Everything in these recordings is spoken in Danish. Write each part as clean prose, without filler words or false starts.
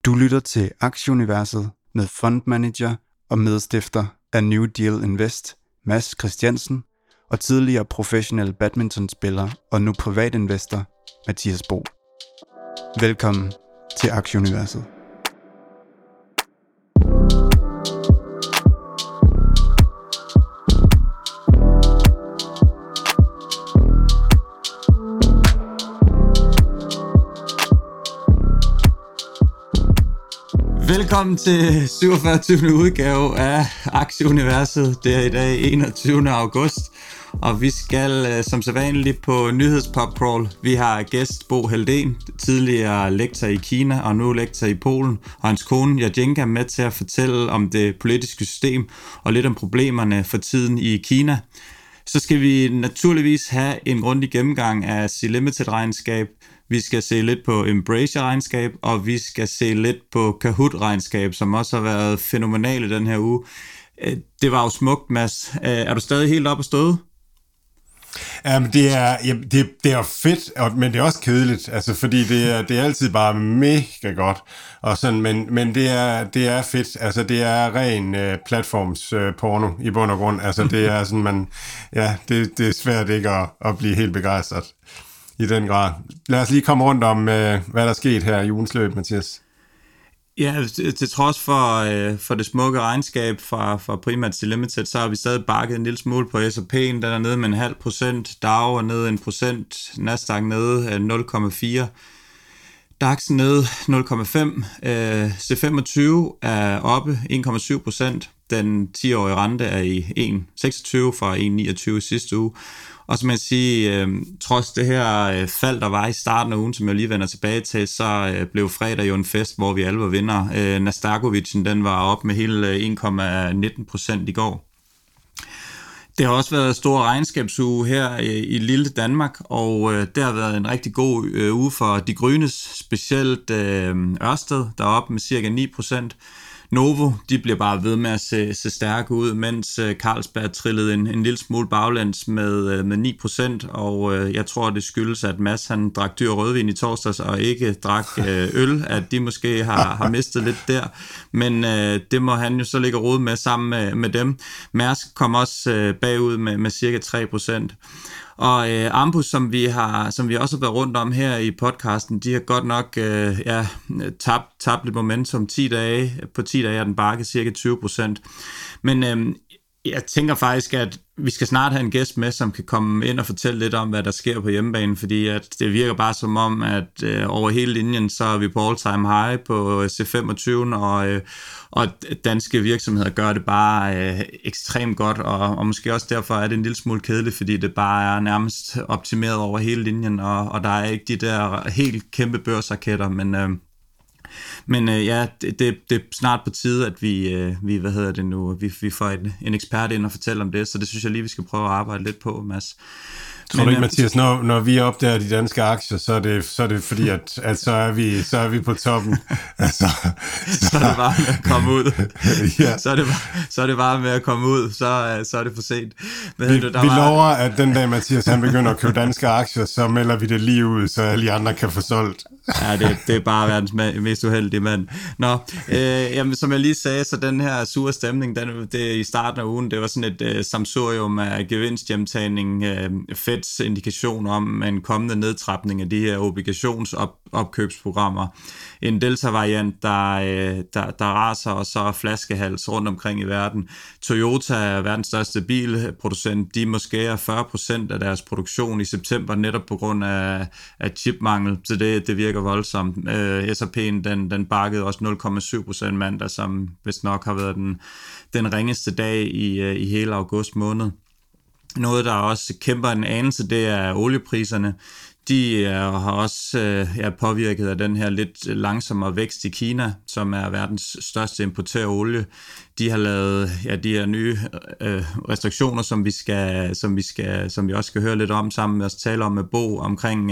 Du lytter til Aktieuniverset med fondmanager og medstifter af New Deal Invest, Mads Christiansen, og tidligere professionel badmintonspiller og nu privatinvestor, Mathias Bo. Velkommen til Aktieuniverset. Velkommen til 47. udgave af Aktieuniverset. Det er i dag 21. august, og vi skal som sædvanligt på nyhedspopcrawl. Vi har gæst Bo Heldén, tidligere lektor i Kina og nu lektor i Polen, og hans kone Jajenka med til at fortælle om det politiske system og lidt om problemerne for tiden i Kina. Så skal vi naturligvis have en grundig gennemgang af C-Limited-regnskab. Vi skal se lidt på Embracer-regnskab, og vi skal se lidt på Kahoot-regnskab, som også har været fænomenale den her uge. Det var jo smukt, Mads. Er du stadig helt oppe at støde? Det er fedt, men det er også kedeligt, altså, fordi det er altid bare mega godt, og sådan, men det er fedt, altså det er ren platformsporno i bund og grund, altså det er sådan, det er svært ikke at blive helt begejstret i den grad. Lad os lige komme rundt om, hvad der er sket her i ugens løb, Mathias. Ja, til trods for det smukke regnskab fra primært C-Limited, så har vi stadig bakket en lille smule på S&P'en. Den er nede med 0,5%, Dow er nede 1%, Nasdaq nede 0,4%, DAX nede 0,5%, C25 er oppe 1,7%, den 10-årige rente er i 1,26 fra 1,29 sidste uge. Og som man siger, trods det her fald, der var i starten af ugen, som jeg lige vender tilbage til, så blev fredag jo en fest, hvor vi alle var vinder. Nastakovicen, den var op med hele 1,19% i går. Det har også været stor regnskabsuge her i lille Danmark, og det har været en rigtig god uge for De Grønnes, specielt Ørsted, der er op med cirka 9%. Novo, de bliver bare ved med at se stærke ud, mens Carlsberg trillede en lille smule baglæns med 9%, og jeg tror, det skyldes, at Mads han drak dyr rødvin i torsdags og ikke drak øl, at de måske har mistet lidt der, men det må han jo så ligge og rode med sammen med dem. Mærsk kom også bagud med cirka 3%. Og Ambus, som vi også har været rundt om her i podcasten, de har godt nok tabt lidt momentum 10 dage. På 10 dage er den bakket cirka 20%. Men jeg tænker faktisk, at vi skal snart have en gæst med, som kan komme ind og fortælle lidt om, hvad der sker på hjemmebane, fordi at det virker bare som om, at over hele linjen, så er vi på all-time high på C25, og danske virksomheder gør det bare ekstremt godt, og måske også derfor er det en lille smule kedeligt, fordi det bare er nærmest optimeret over hele linjen, og der er ikke de der helt kæmpe børsraketter, men det er snart på tide, at vi får en ekspert ind og fortæller om det, så det synes jeg lige, vi skal prøve at arbejde lidt på, Mads. Tror du ikke, Mathias, når vi opdager de danske aktier, så er det fordi, at så er vi på toppen. Altså, så er det bare med at komme ud. Ja. Så er det bare med at komme ud, så er det for sent. Vi lover, at den dag, Mathias han begynder at købe danske aktier, så melder vi det lige ud, så alle andre kan få solgt. Ja, det er bare verdens mest uheldige mand. Nå, jamen, som jeg lige sagde, så den her sure stemning, det i starten af ugen, det var sådan et samsurium af gevinsthjemtagning, Feds indikation om en kommende nedtrapning af de her obligationsopkøbsprogrammer. En delta-variant, der raser, og så flaskehals rundt omkring i verden. Toyota er verdens største bilproducent. De må skære 40% af deres produktion i september, netop på grund af chipmangel, så det virker voldsomt. S&P'en, den bakkede også 0,7% mandag, som vist nok har været den ringeste dag i hele august måned. Noget, der også kæmper en anelse, det er oliepriserne. De har også påvirket af den her lidt langsommere vækst i Kina, som er verdens største importør af olie. De har lavet de her nye restriktioner, som vi også skal høre lidt om sammen med os, tale om med Bo omkring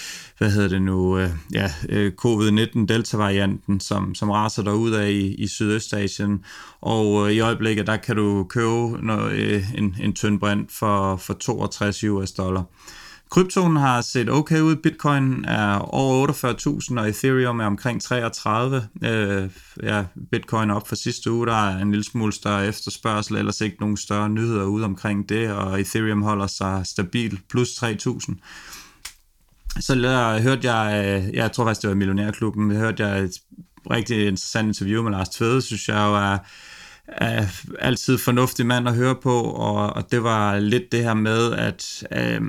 covid-19 delta-varianten, som raser derudad i Sydøstasien. Og i øjeblikket, der kan du købe en tynd brint for $62. kryptoen har set okay ud. Bitcoin er over 48.000, og Ethereum er omkring 33. Bitcoin op for sidste uge, der er en lille smule større efterspørgsel, ellers ikke nogen større nyheder ude omkring det, og Ethereum holder sig stabil, plus 3.000. Så hørte jeg tror faktisk det var Millionærklubben, hørte jeg et rigtig interessant interview med Lars Tvede, synes jeg jo er altid fornuftig mand at høre på, og det var lidt det her med, at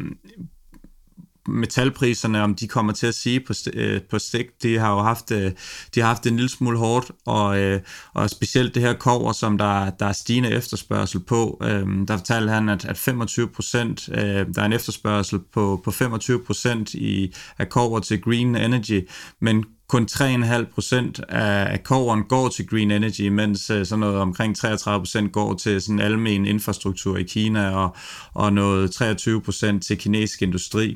metalpriserne, om de kommer til at sige på stik, de har jo haft en lille smule hårdt, og specielt det her kobber, som der er stigende efterspørgsel på. Der fortalte han, at 25%, der er en efterspørgsel på 25% af kobber til green energy, men kun 3,5% af kobberen går til green energy, mens sådan noget omkring 33% går til sådan almen infrastruktur i Kina, og noget 23% til kinesisk industri.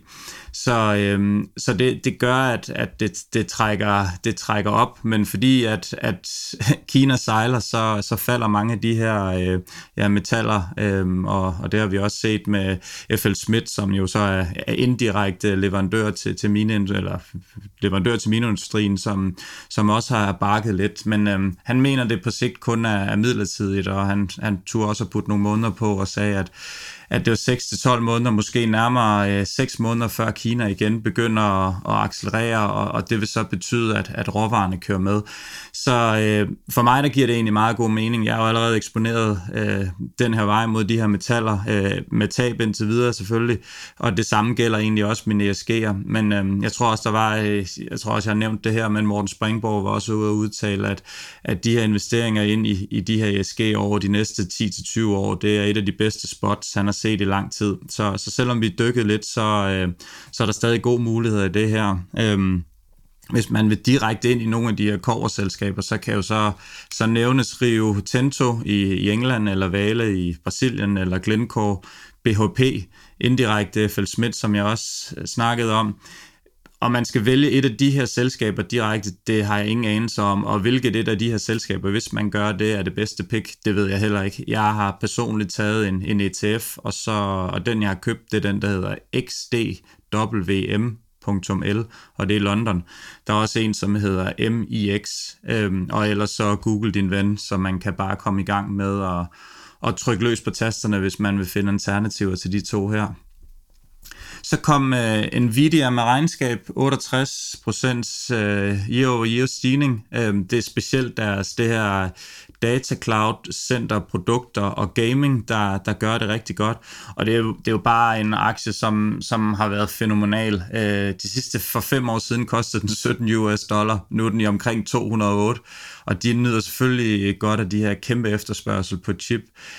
Så det gør, at det trækker op, men fordi at Kina sejler, så falder mange af de her metaller, og det har vi også set med FL Schmidt, som jo så er indirekte leverandør til mineindustrien, som også har bakket lidt, men han mener det på sigt kun er midlertidigt, og han turde også at putte nogle måneder på og sagde, at det var 6-12 måneder, måske nærmere 6 måneder før Kina igen begynder at accelerere, og det vil så betyde, at råvarerne kører med. Så for mig, der giver det egentlig meget god mening. Jeg har jo allerede eksponeret den her vej mod de her metaller, med tab indtil videre selvfølgelig, og det samme gælder egentlig også mine ESG'er, men jeg tror også, jeg har nævnt det her, men Morten Springborg var også ude at udtale, at de her investeringer ind i de her ESG over de næste 10-20 år, det er et af de bedste spots, han har set i lang tid. Så selvom vi dykkede lidt, så er der stadig gode muligheder i det her. Hvis man vil direkte ind i nogle af de her kobberselskaber, så kan jo så nævnes Rio Tinto i England, eller Vale i Brasilien, eller Glencore, BHP, indirekte FL Schmidt, som jeg også snakkede om. Og man skal vælge et af de her selskaber direkte, det har jeg ingen anelse om, og hvilket et af de her selskaber, hvis man gør det, er det bedste pick, det ved jeg heller ikke. Jeg har personligt taget en ETF, og den jeg har købt, det er den, der hedder XDWM. og det er London. Der er også en, som hedder MIX, og ellers så Google din ven, så man kan bare komme i gang med at trykke løs på tasterne, hvis man vil finde alternativer til de to her. Så kom Nvidia med regnskab, 68% year-over-year stigning. Det er specielt det her data cloud center produkter og gaming, der gør det rigtig godt. Og det er jo bare en aktie, som har været fænomenal. De sidste for 5 år siden kostede den $17. Nu er den i omkring 208, og de nyder selvfølgelig godt af de her kæmpe efterspørgsel på chip.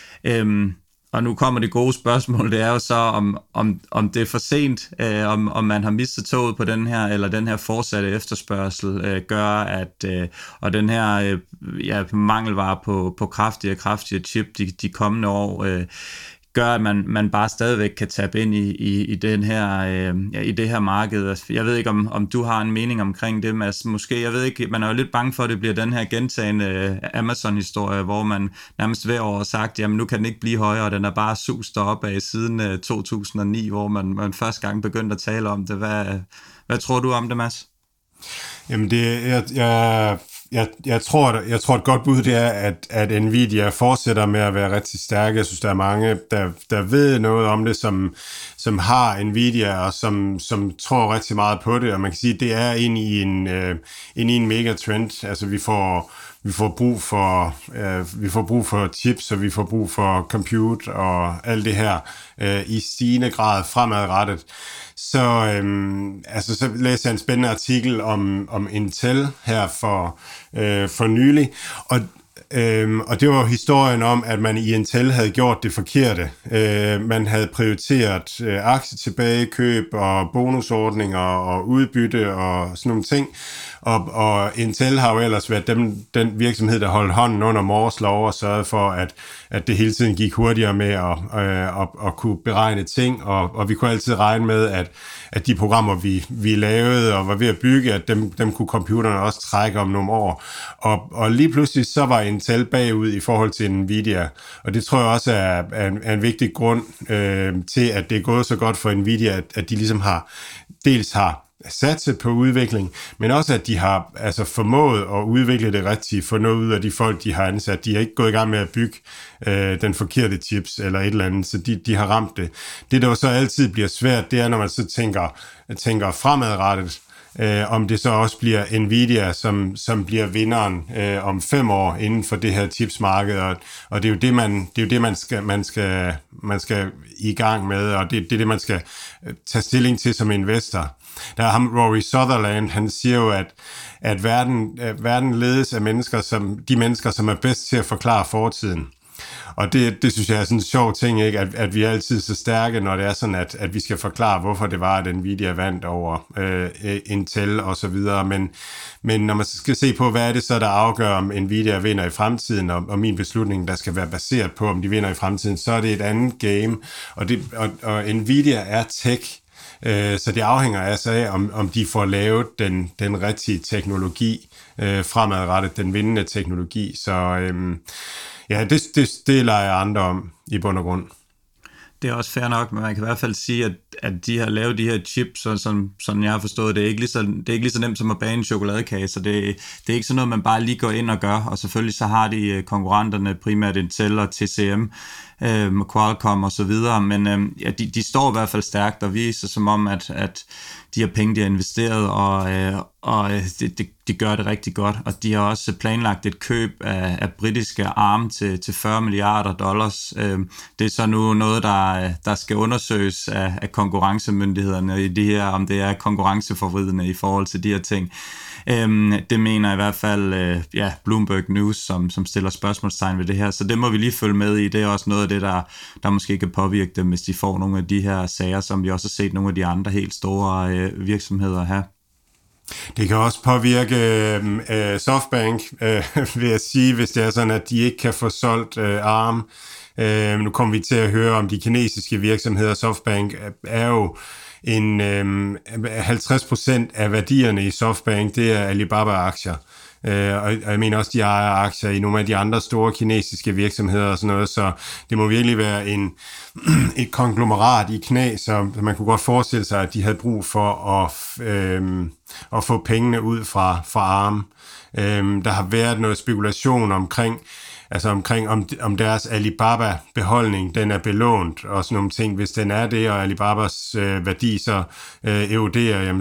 Og nu kommer det gode spørgsmål, det er jo så, om det er for sent, om man har mistet toget på den her, eller den her fortsatte efterspørgsel gør, og den her mangelvare på kraftigere chip de kommende år, gør, at man bare stadigvæk kan tabe ind i den her, i det her marked. Jeg ved ikke, om du har en mening omkring det, Mads. Måske, jeg ved ikke, man er jo lidt bange for, at det bliver den her gentagende Amazon-historie, hvor man nærmest hver år har sagt, jamen nu kan den ikke blive højere, og den er bare sus deroppe af siden 2009, hvor man første gang begyndte at tale om det. Hvad tror du om det, Mads? Jamen, jeg tror, et godt bud det er, at Nvidia fortsætter med at være rigtig stærke. Jeg synes, der er mange, der ved noget om det, som har Nvidia, og som tror rigtig meget på det. Og man kan sige, at det er ind i en megatrend. Altså, vi får brug for chips, og vi får brug for compute og alt det her i stigende grad fremadrettet. Så læser jeg en spændende artikel om Intel her for nylig, og det var historien om, at man i Intel havde gjort det forkerte. Man havde prioriteret aktietilbagekøb og bonusordninger og udbytte og sådan nogle ting, Og Intel har jo ellers været den virksomhed, der holdt hånden under Moores lov og sørgede for, at det hele tiden gik hurtigere med at kunne beregne ting, og vi kunne altid regne med, at de programmer, vi lavede og var ved at bygge, at dem kunne computerne også trække om nogle år. Og lige pludselig så var Intel bagud i forhold til Nvidia, og det tror jeg også er en vigtig grund til, at det er gået så godt for Nvidia, at de ligesom har satset på udvikling, men også at de har altså formået at udvikle det rigtige, få noget ud af de folk, de har ansat. De er ikke gået i gang med at bygge den forkerte chips eller et eller andet, så de har ramt det. Det, der jo så altid bliver svært, det er, når man så tænker fremadrettet, om det så også bliver Nvidia, som bliver vinderen om 5 år inden for det her chipsmarked, og det er jo det, man skal i gang med, og det er det, man skal tage stilling til som investor. Der er ham, Rory Sutherland, han siger jo, at verden ledes af de mennesker, som er bedst til at forklare fortiden. Og det synes jeg er sådan en sjov ting, ikke? At vi er altid så stærke, når det er sådan, at vi skal forklare, hvorfor det var, at Nvidia vandt over Intel og så videre. Men når man skal se på, hvad er det så, der afgør, om Nvidia vinder i fremtiden, og min beslutning, der skal være baseret på, om de vinder i fremtiden, så er det et andet game. Og Nvidia er tech, så det afhænger altså af, om de får lavet den rigtige teknologi fremadrettet, den vindende teknologi. Så ja, det lader jeg andre om i bund og grund. Det er også fair nok, men man kan i hvert fald sige, at de har lavet de her chips, sådan jeg har forstået, det er ikke lige så nemt som at bage en chokoladekage, så det er ikke sådan noget, man bare lige går ind og gør, og selvfølgelig så har de konkurrenterne, primært Intel og TCM, Qualcomm og så videre, men ja, de står i hvert fald stærkt og viser som om, at de her penge, de har investeret, og de gør det rigtig godt, og de har også planlagt et køb af britiske ARM til $40 milliarder. Det er så nu noget, der skal undersøges af konkurrencemyndighederne i det her, om det er konkurrenceforvridende i forhold til de her ting. Det mener i hvert fald Bloomberg News, som stiller spørgsmålstegn ved det her, så det må vi lige følge med i. Det er også noget af det, der måske kan påvirke dem, hvis de får nogle af de her sager, som vi også har set nogle af de andre helt store virksomheder have. Det kan også påvirke SoftBank, vil jeg sige, hvis det er sådan, at de ikke kan få solgt ARM. Nu kommer vi til at høre om de kinesiske virksomheder. SoftBank er jo 50% af værdierne i SoftBank, det er Alibaba-aktier. Og jeg mener også, de ejer aktier i nogle af de andre store kinesiske virksomheder og sådan noget, så det må virkelig være et konglomerat i knæ, så man kunne godt forestille sig, at de havde brug for at få pengene ud fra ARM. Der har været noget spekulation omkring om deres Alibaba-beholdning, den er belånt og sådan nogle ting. Hvis den er det, og Alibabas værdi så eroderer, jamen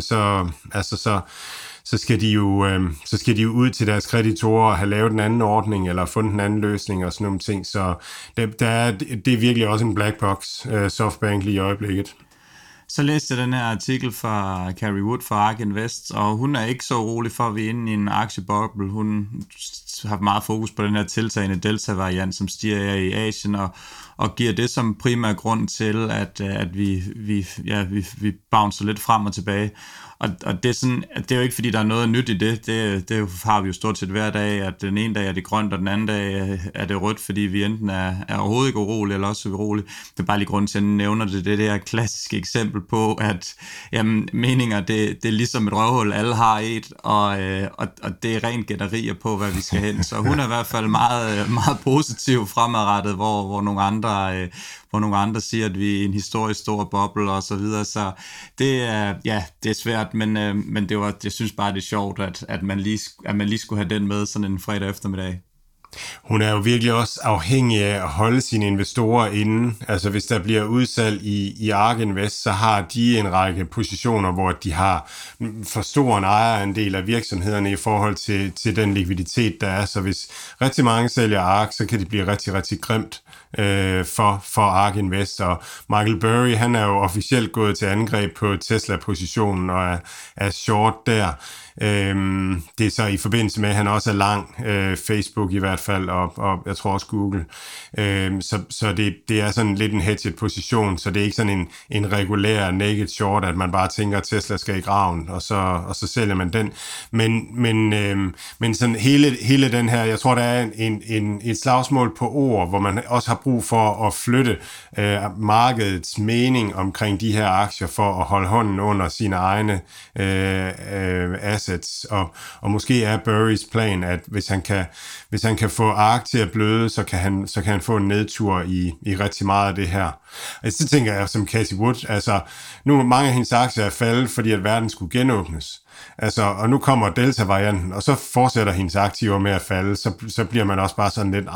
så skal de jo ud til deres kreditorer og have lavet en anden ordning, eller fundet en anden løsning og sådan nogle ting. Så det er virkelig også en black box, SoftBank lige i øjeblikket. Så læste jeg den her artikel fra Carrie Wood fra ARK Invest, og hun er ikke så urolig for, at vi er inde i en aktieboble. Hun har meget fokus på den her tiltagende delta-variant, som stiger i Asien, og giver det som primær grund til, at vi bouncer lidt frem og tilbage. Og det er sådan, at det er jo ikke, fordi der er noget nyt i det. Det har vi jo stort set hver dag, at den ene dag er det grønt, og den anden dag er det rødt, fordi vi enten er overhovedet ikke urolige, eller også urolige. Det er bare lige grund til, at jeg nævner det. Det er det her klassiske eksempel på, at meninger, det er ligesom et røvhul, alle har et, og det er rent gætterier på, hvad vi skal hen. Så hun er i hvert fald meget, meget positiv fremadrettet, hvor nogle andre siger, at vi er en historisk stor boble og så videre, så det er svært, men jeg synes bare, det er sjovt, at man lige skulle have den med sådan en fredag eftermiddag. Hun er jo virkelig også afhængig af at holde sine investorer inde. Altså hvis der bliver udsalg i ARK Invest, så har de en række positioner, hvor de har for stor en ejerandel af virksomhederne i forhold til den likviditet, der er. Så hvis rigtig mange sælger ARK, så kan det blive rigtig, rigtig grimt for ARK Invest. Og Michael Burry, han er jo officielt gået til angreb på Tesla-positionen og er short der. Det er så i forbindelse med, at han også er lang, Facebook i hvert fald, og jeg tror også Google. Så det er sådan lidt en hedged position, så det er ikke sådan en regulær naked short, at man bare tænker, at Tesla skal i graven, og så sælger man den. Men sådan hele den her, jeg tror, der er et slagsmål på ord, hvor man også har brug for at flytte markedets mening omkring de her aktier for at holde hånden under sine egne assets. Og måske er Burrys plan, at hvis han kan få ARK til at bløde, så kan han få en nedtur i rigtig meget af det her. Og så tænker jeg som Cathie Wood, altså nu mange af hendes aktier er faldet, fordi at verden skulle genåbnes. Altså, og nu kommer Delta-varianten, og så fortsætter hendes aktiver med at falde, så bliver man også bare sådan lidt,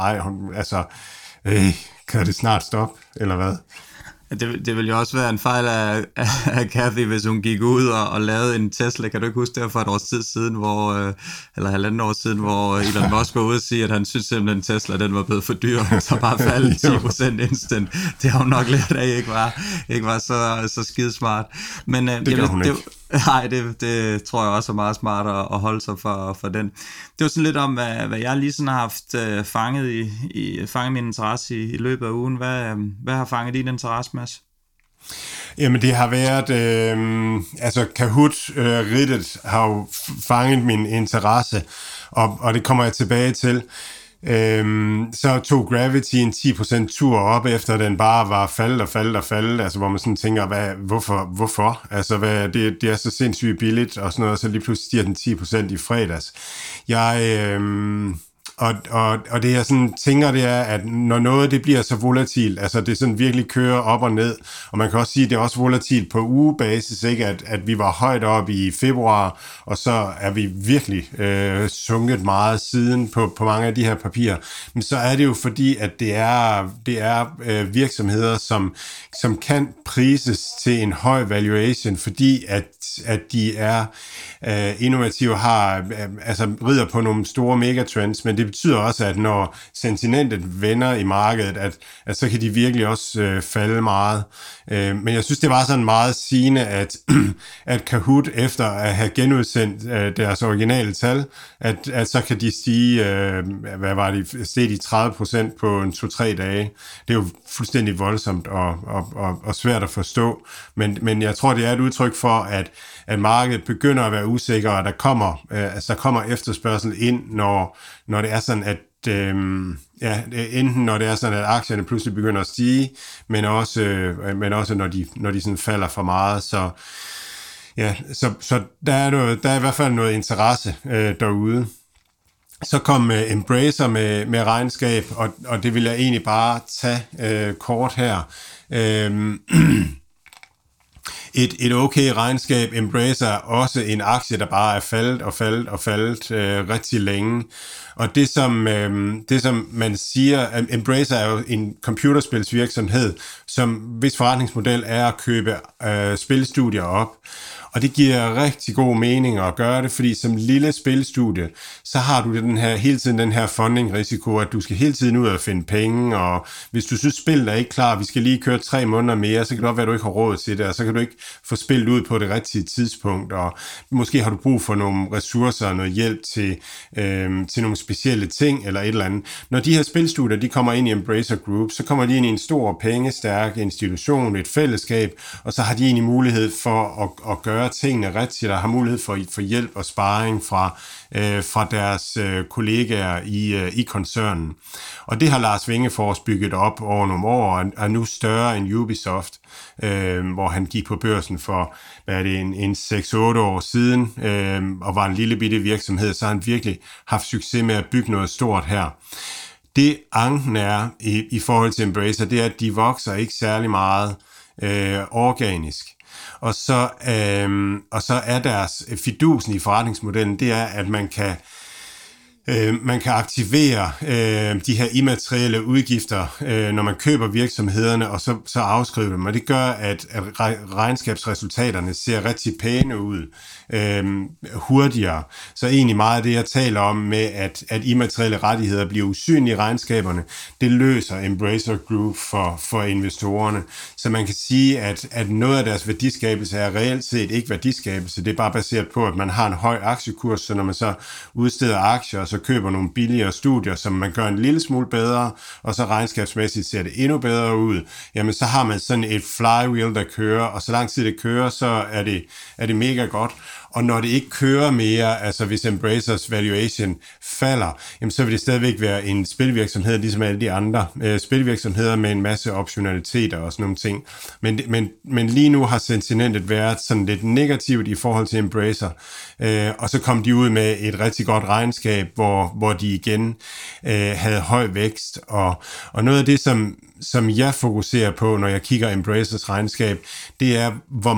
kan det snart stoppe, eller hvad? Det ville jo også være en fejl af Cathy, hvis hun gik ud og lavede en Tesla. Kan du ikke huske det for et års tid siden, eller halvanden år siden, hvor Elon Musk var ude og sige, at han synes simpelthen, at Tesla den var blevet for dyr, og så bare faldt 10% instant. Det har hun nok lært af, ikke var så skidesmart. Men det gør hun ikke. Nej, det tror jeg også er meget smart at holde sig for den. Det var sådan lidt om, hvad jeg lige sådan har haft fanget min interesse i løbet af ugen. Hvad har fanget din interesse, Mads? Jamen det har været, Kahoot Reddit har jo fanget min interesse, og det kommer jeg tilbage til. Så tog Gravity en 10% tur op, efter den bare var faldet, altså hvor man sådan tænker, hvorfor? Altså det er så sindssygt billigt og sådan noget, og så lige pludselig stiger den 10% i fredags. Og det jeg sådan tænker, det er, at når noget det bliver så volatilt, altså det sådan virkelig kører op og ned, og man kan også sige, at det er også volatilt på ugebasis, ikke? At vi var højt op i februar, og så er vi virkelig sunket meget siden på mange af de her papirer. Men så er det jo fordi, at det er virksomheder, som kan prises til en høj valuation, fordi at de er innovative, rider på nogle store megatrends, men det betyder også, at når sentimentet vender i markedet, at så kan de virkelig også falde meget. Men jeg synes, det var sådan meget sigende, at Kahoot, efter at have genudsendt deres originale tal, at så kan de stige, steg de 30% på en 2-3 dage. Det er jo fuldstændig voldsomt og svært at forstå, men jeg tror, det er et udtryk for, at markedet begynder at være usikker, og der kommer efterspørgsel ind, når det er sådan, at enten når det er sådan, at aktierne pludselig begynder at stige, men også når de sådan falder for meget. Så der er i hvert fald noget interesse derude. Så kom Embracer med regnskab, og det vil jeg egentlig bare tage kort her. Et okay regnskab. Embracer er også en aktie, der bare er faldet rigtig længe. Og det som man siger, Embracer er jo en computerspilsvirksomhed, hvis forretningsmodel er at købe spilstudier op. Og det giver rigtig god mening at gøre det, fordi som lille spilstudie, så har du hele tiden den her funding-risiko, at du skal hele tiden ud og finde penge, og hvis du synes, spillet er ikke klar, vi skal lige køre 3 måneder mere, så kan det godt være, at du ikke har råd til det, og så kan du ikke få spillet ud på det rigtige tidspunkt, og måske har du brug for nogle ressourcer og noget hjælp til nogle specielle ting, eller et eller andet. Når de her spilstudier, de kommer ind i Embracer Group, så kommer de ind i en stor, pengestærk institution, et fællesskab, og så har de egentlig mulighed for at gøre tingene rigtigt, der har mulighed for hjælp og sparring fra deres kollegaer i koncernen. Og det har Lars Wingefors bygget op over nogle år, og er nu større end Ubisoft, hvor han gik på børsen for, en 6-8 år siden, og var en lille bitte virksomhed, så har han virkelig haft succes med at bygge noget stort her. Det anken er i forhold til Embracer, det er, at de vokser ikke særlig meget organisk. Og så er deres fidusen i forretningsmodellen, det er, at man kan Man kan aktivere de her immaterielle udgifter, når man køber virksomhederne, og så afskrive dem. Og det gør, at regnskabsresultaterne ser rigtig pæne ud hurtigere. Så egentlig meget af det, jeg taler om med, at immaterielle rettigheder bliver usynlige i regnskaberne, det løser Embracer Group for investorerne. Så man kan sige, at noget af deres værdiskabelse er reelt set ikke værdiskabelse. Det er bare baseret på, at man har en høj aktiekurs, så når man så udsteder aktier, og så køber nogle billigere studier, som man gør en lille smule bedre, og så regnskabsmæssigt ser det endnu bedre ud, jamen så har man sådan et flywheel, der kører, og så lang tid det kører, så er det mega godt. Og når det ikke kører mere, altså hvis Embracers valuation falder, jamen så vil det stadigvæk være en spilvirksomhed, ligesom alle de andre spilvirksomheder med en masse optionaliteter og sådan nogle ting. Men lige nu har sentimentet været sådan lidt negativt i forhold til Embracer, og så kom de ud med et rigtig godt regnskab, hvor de igen havde høj vækst, og noget af det, som jeg fokuserer på, når jeg kigger Embracers regnskab, det er, hvor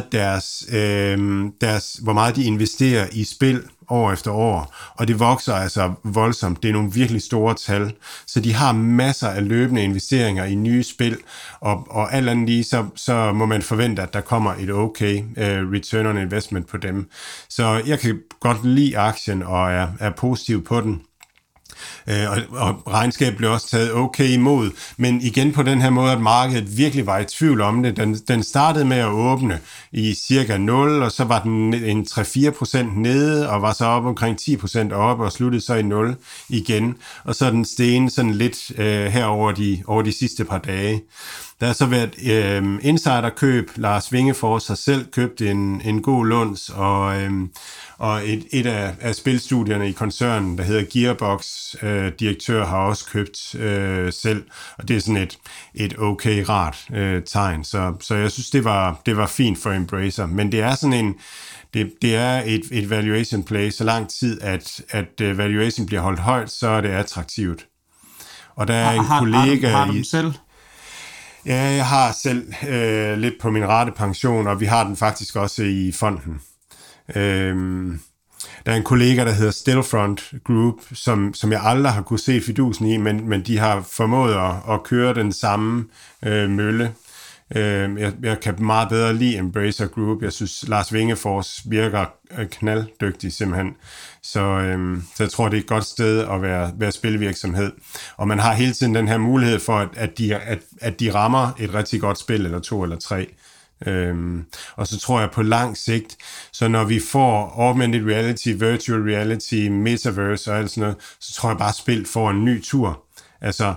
meget de investerer i spil år efter år, og det vokser altså voldsomt. Det er nogle virkelig store tal, så de har masser af løbende investeringer i nye spil, og alt andet lige, så må man forvente, at der kommer et okay return on investment på dem. Så jeg kan godt lide aktien, og er positiv på den. Og regnskabet blev også taget okay imod, men igen på den her måde, at markedet virkelig var i tvivl om det. Den startede med at åbne i cirka 0, og så var den en 3-4% nede, og var så op omkring 10% oppe, og sluttede så i 0 igen, og så er den steget sådan lidt her over de sidste par dage. Der har så været insiderkøb. Lars Vingefors har selv købt en god luns, og et af spilstudierne i koncernen, der hedder Gearbox, direktør, har også købt selv, og det er sådan et okay rart tegn. Så jeg synes, det var fint for Embracer, men det er sådan det er et valuation play. Så lang tid, at valuation bliver holdt højt, så er det attraktivt. Og der er en kollega... Har du dem selv? Ja, jeg har selv lidt på min ratepension, og vi har den faktisk også i fonden. Der er en kollega, der hedder Stillfront Group, som jeg aldrig har kunne se fidusen i, men de har formået at køre den samme mølle. Jeg kan meget bedre lide Embracer Group. Jeg synes, Lars Vingefors virker knalddygtig simpelthen. Så jeg tror, det er et godt sted at være spilvirksomhed. Og man har hele tiden den her mulighed for, at de rammer et rigtig godt spil, eller 2 eller 3. Og så tror jeg på lang sigt, så når vi får augmented reality, virtual reality, metaverse og alt sådan noget, så tror jeg bare, at spil får en ny tur. Altså,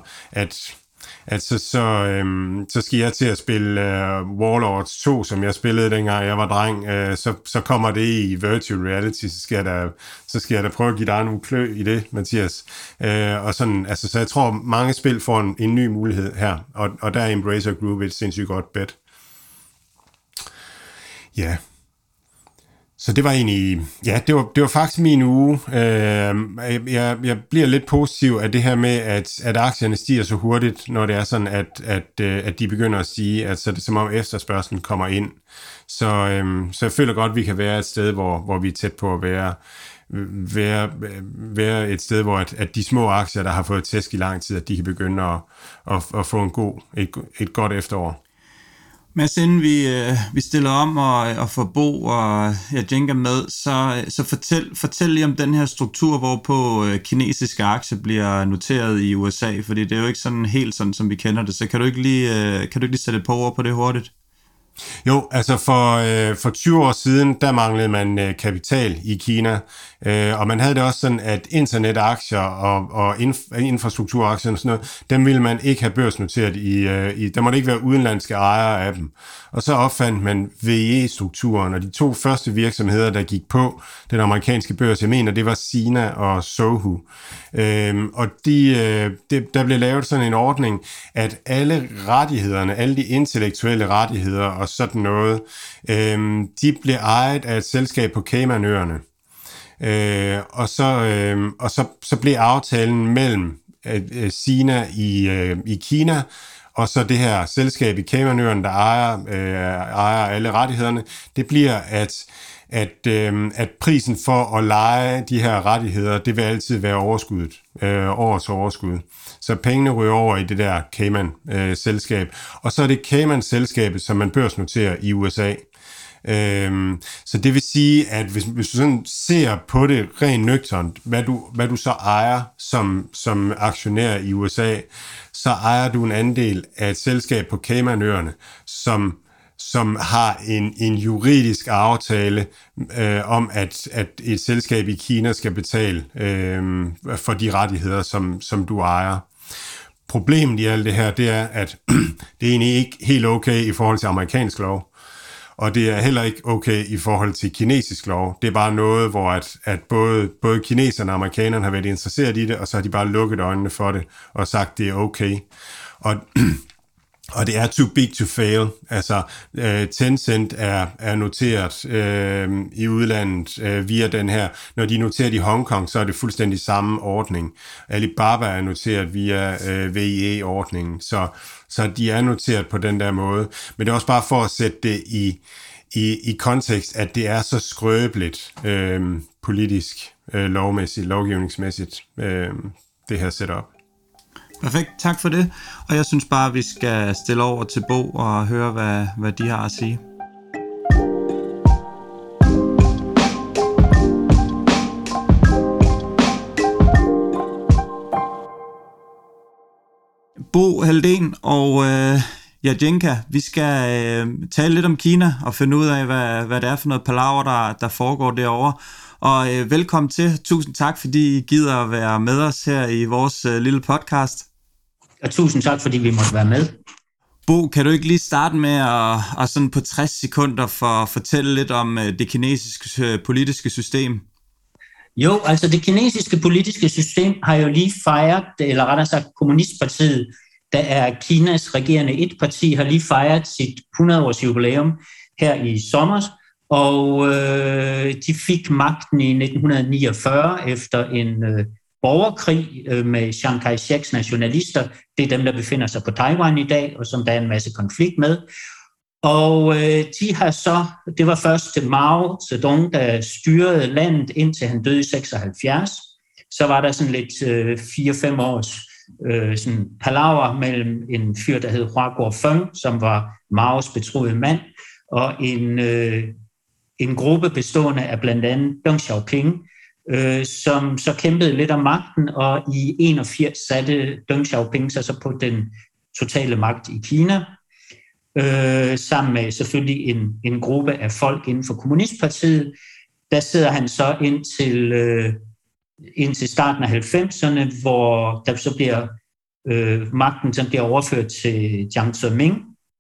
så skal jeg til at spille Warlords 2, som jeg spillede dengang jeg var dreng, så kommer det i virtual reality, så skal jeg da prøve at give dig nogle klø i det, Mathias. Og sådan, altså, så jeg tror, mange spil får en ny mulighed her, og der er Embracer Group et sindssygt godt bet. Ja. Så det var egentlig, ja, det var faktisk min uge. Jeg bliver lidt positiv af det her med, at aktierne stiger så hurtigt, når det er sådan, at de begynder at sige, at så er det som om efterspørgselen kommer ind. Så jeg føler godt, at vi kan være et sted, hvor vi er tæt på at være et sted, hvor at de små aktier, der har fået tæsk i lang tid, at de kan begynde at få et godt efterår. Mads, inden vi stiller om og får Bo og Jenga med, så fortæl lige om den her struktur, hvorpå kinesiske aktier bliver noteret i USA, fordi det er jo ikke sådan helt sådan, som vi kender det. Så kan du ikke lige sætte et par ord på det hurtigt? Jo, altså for 20 år siden, der manglede man kapital i Kina, og man havde det også sådan, at internetaktier og infrastrukturaktier og sådan noget, dem ville man ikke have børsnoteret der måtte ikke være udenlandske ejere af dem. Og så opfandt man VE-strukturen, og de 2 første virksomheder, der gik på den amerikanske børs, jeg mener, det var Sina og Sohu. Og der blev lavet sådan en ordning, at alle rettighederne, alle de intellektuelle rettigheder og sådan noget, de blev ejet af et selskab på Caymanøerne. Og så blev aftalen mellem Sina i Kina og så det her selskab i Caymanøerne, der ejer alle rettighederne, det bliver, at prisen for at leje de her rettigheder, det vil altid være overskuddet, årets overskud. Så pengene ryger over i det der Cayman-selskab. Og så er det Cayman-selskabet, som man børsnoterer i USA. Så det vil sige, at hvis du sådan ser på det rent nøgternt, hvad du så ejer som aktionær i USA, så ejer du en andel af et selskab på Caymanøerne, som har en juridisk aftale om, at et selskab i Kina skal betale for de rettigheder, som du ejer. Problemet i alt det her, det er, at det er egentlig ikke helt okay i forhold til amerikansk lov, og det er heller ikke okay i forhold til kinesisk lov. Det er bare noget, hvor at både kineserne og amerikanerne har været interesseret i det, og så har de bare lukket øjnene for det og sagt, det er okay. Og det er too big to fail. Altså, Tencent er noteret i udlandet via den her. Når de er noteret i Hongkong, så er det fuldstændig samme ordning. Alibaba er noteret via VIE-ordningen, så de er noteret på den der måde. Men det er også bare for at sætte det i kontekst, at det er så skrøbeligt politisk, lovgivningsmæssigt, det her setup. Perfekt, tak for det. Og jeg synes bare, at vi skal stille over til Bo og høre, hvad de har at sige. Bo Haldén og Jadjenka, vi skal tale lidt om Kina og finde ud af, hvad det er for noget palaver, der foregår derovre. Og velkommen til. Tusind tak, fordi I gider at være med os her i vores lille podcast. Og tusind tak, fordi vi måtte være med. Bo, kan du ikke lige starte med at sådan på 60 sekunder fortælle lidt om det kinesiske politiske system? Jo, altså det kinesiske politiske system har jo lige fejret, eller rettere sagt Kommunistpartiet, der er Kinas regerende etparti, har lige fejret sit 100-års jubilæum her i sommer, og de fik magten i 1949 efter en borgerkrig med Chiang Kai-sheks nationalister. Det er dem, der befinder sig på Taiwan i dag, og som der er en masse konflikt med. Og de har så, det var først Mao Zedong, der styrede landet indtil han døde i 76. Så var der sådan lidt 4-5 års sådan palaver mellem en fyr, der hed Hua Guofeng, som var Maos betroede mand, og en gruppe bestående af blandt andet Deng Xiaoping, som så kæmpede lidt om magten, og i 81 satte Deng Xiaoping sig så på den totale magt i Kina, sammen med selvfølgelig en gruppe af folk inden for Kommunistpartiet. Der sidder han så indtil starten af 90'erne, hvor der så bliver magten som bliver overført til Jiang Zemin.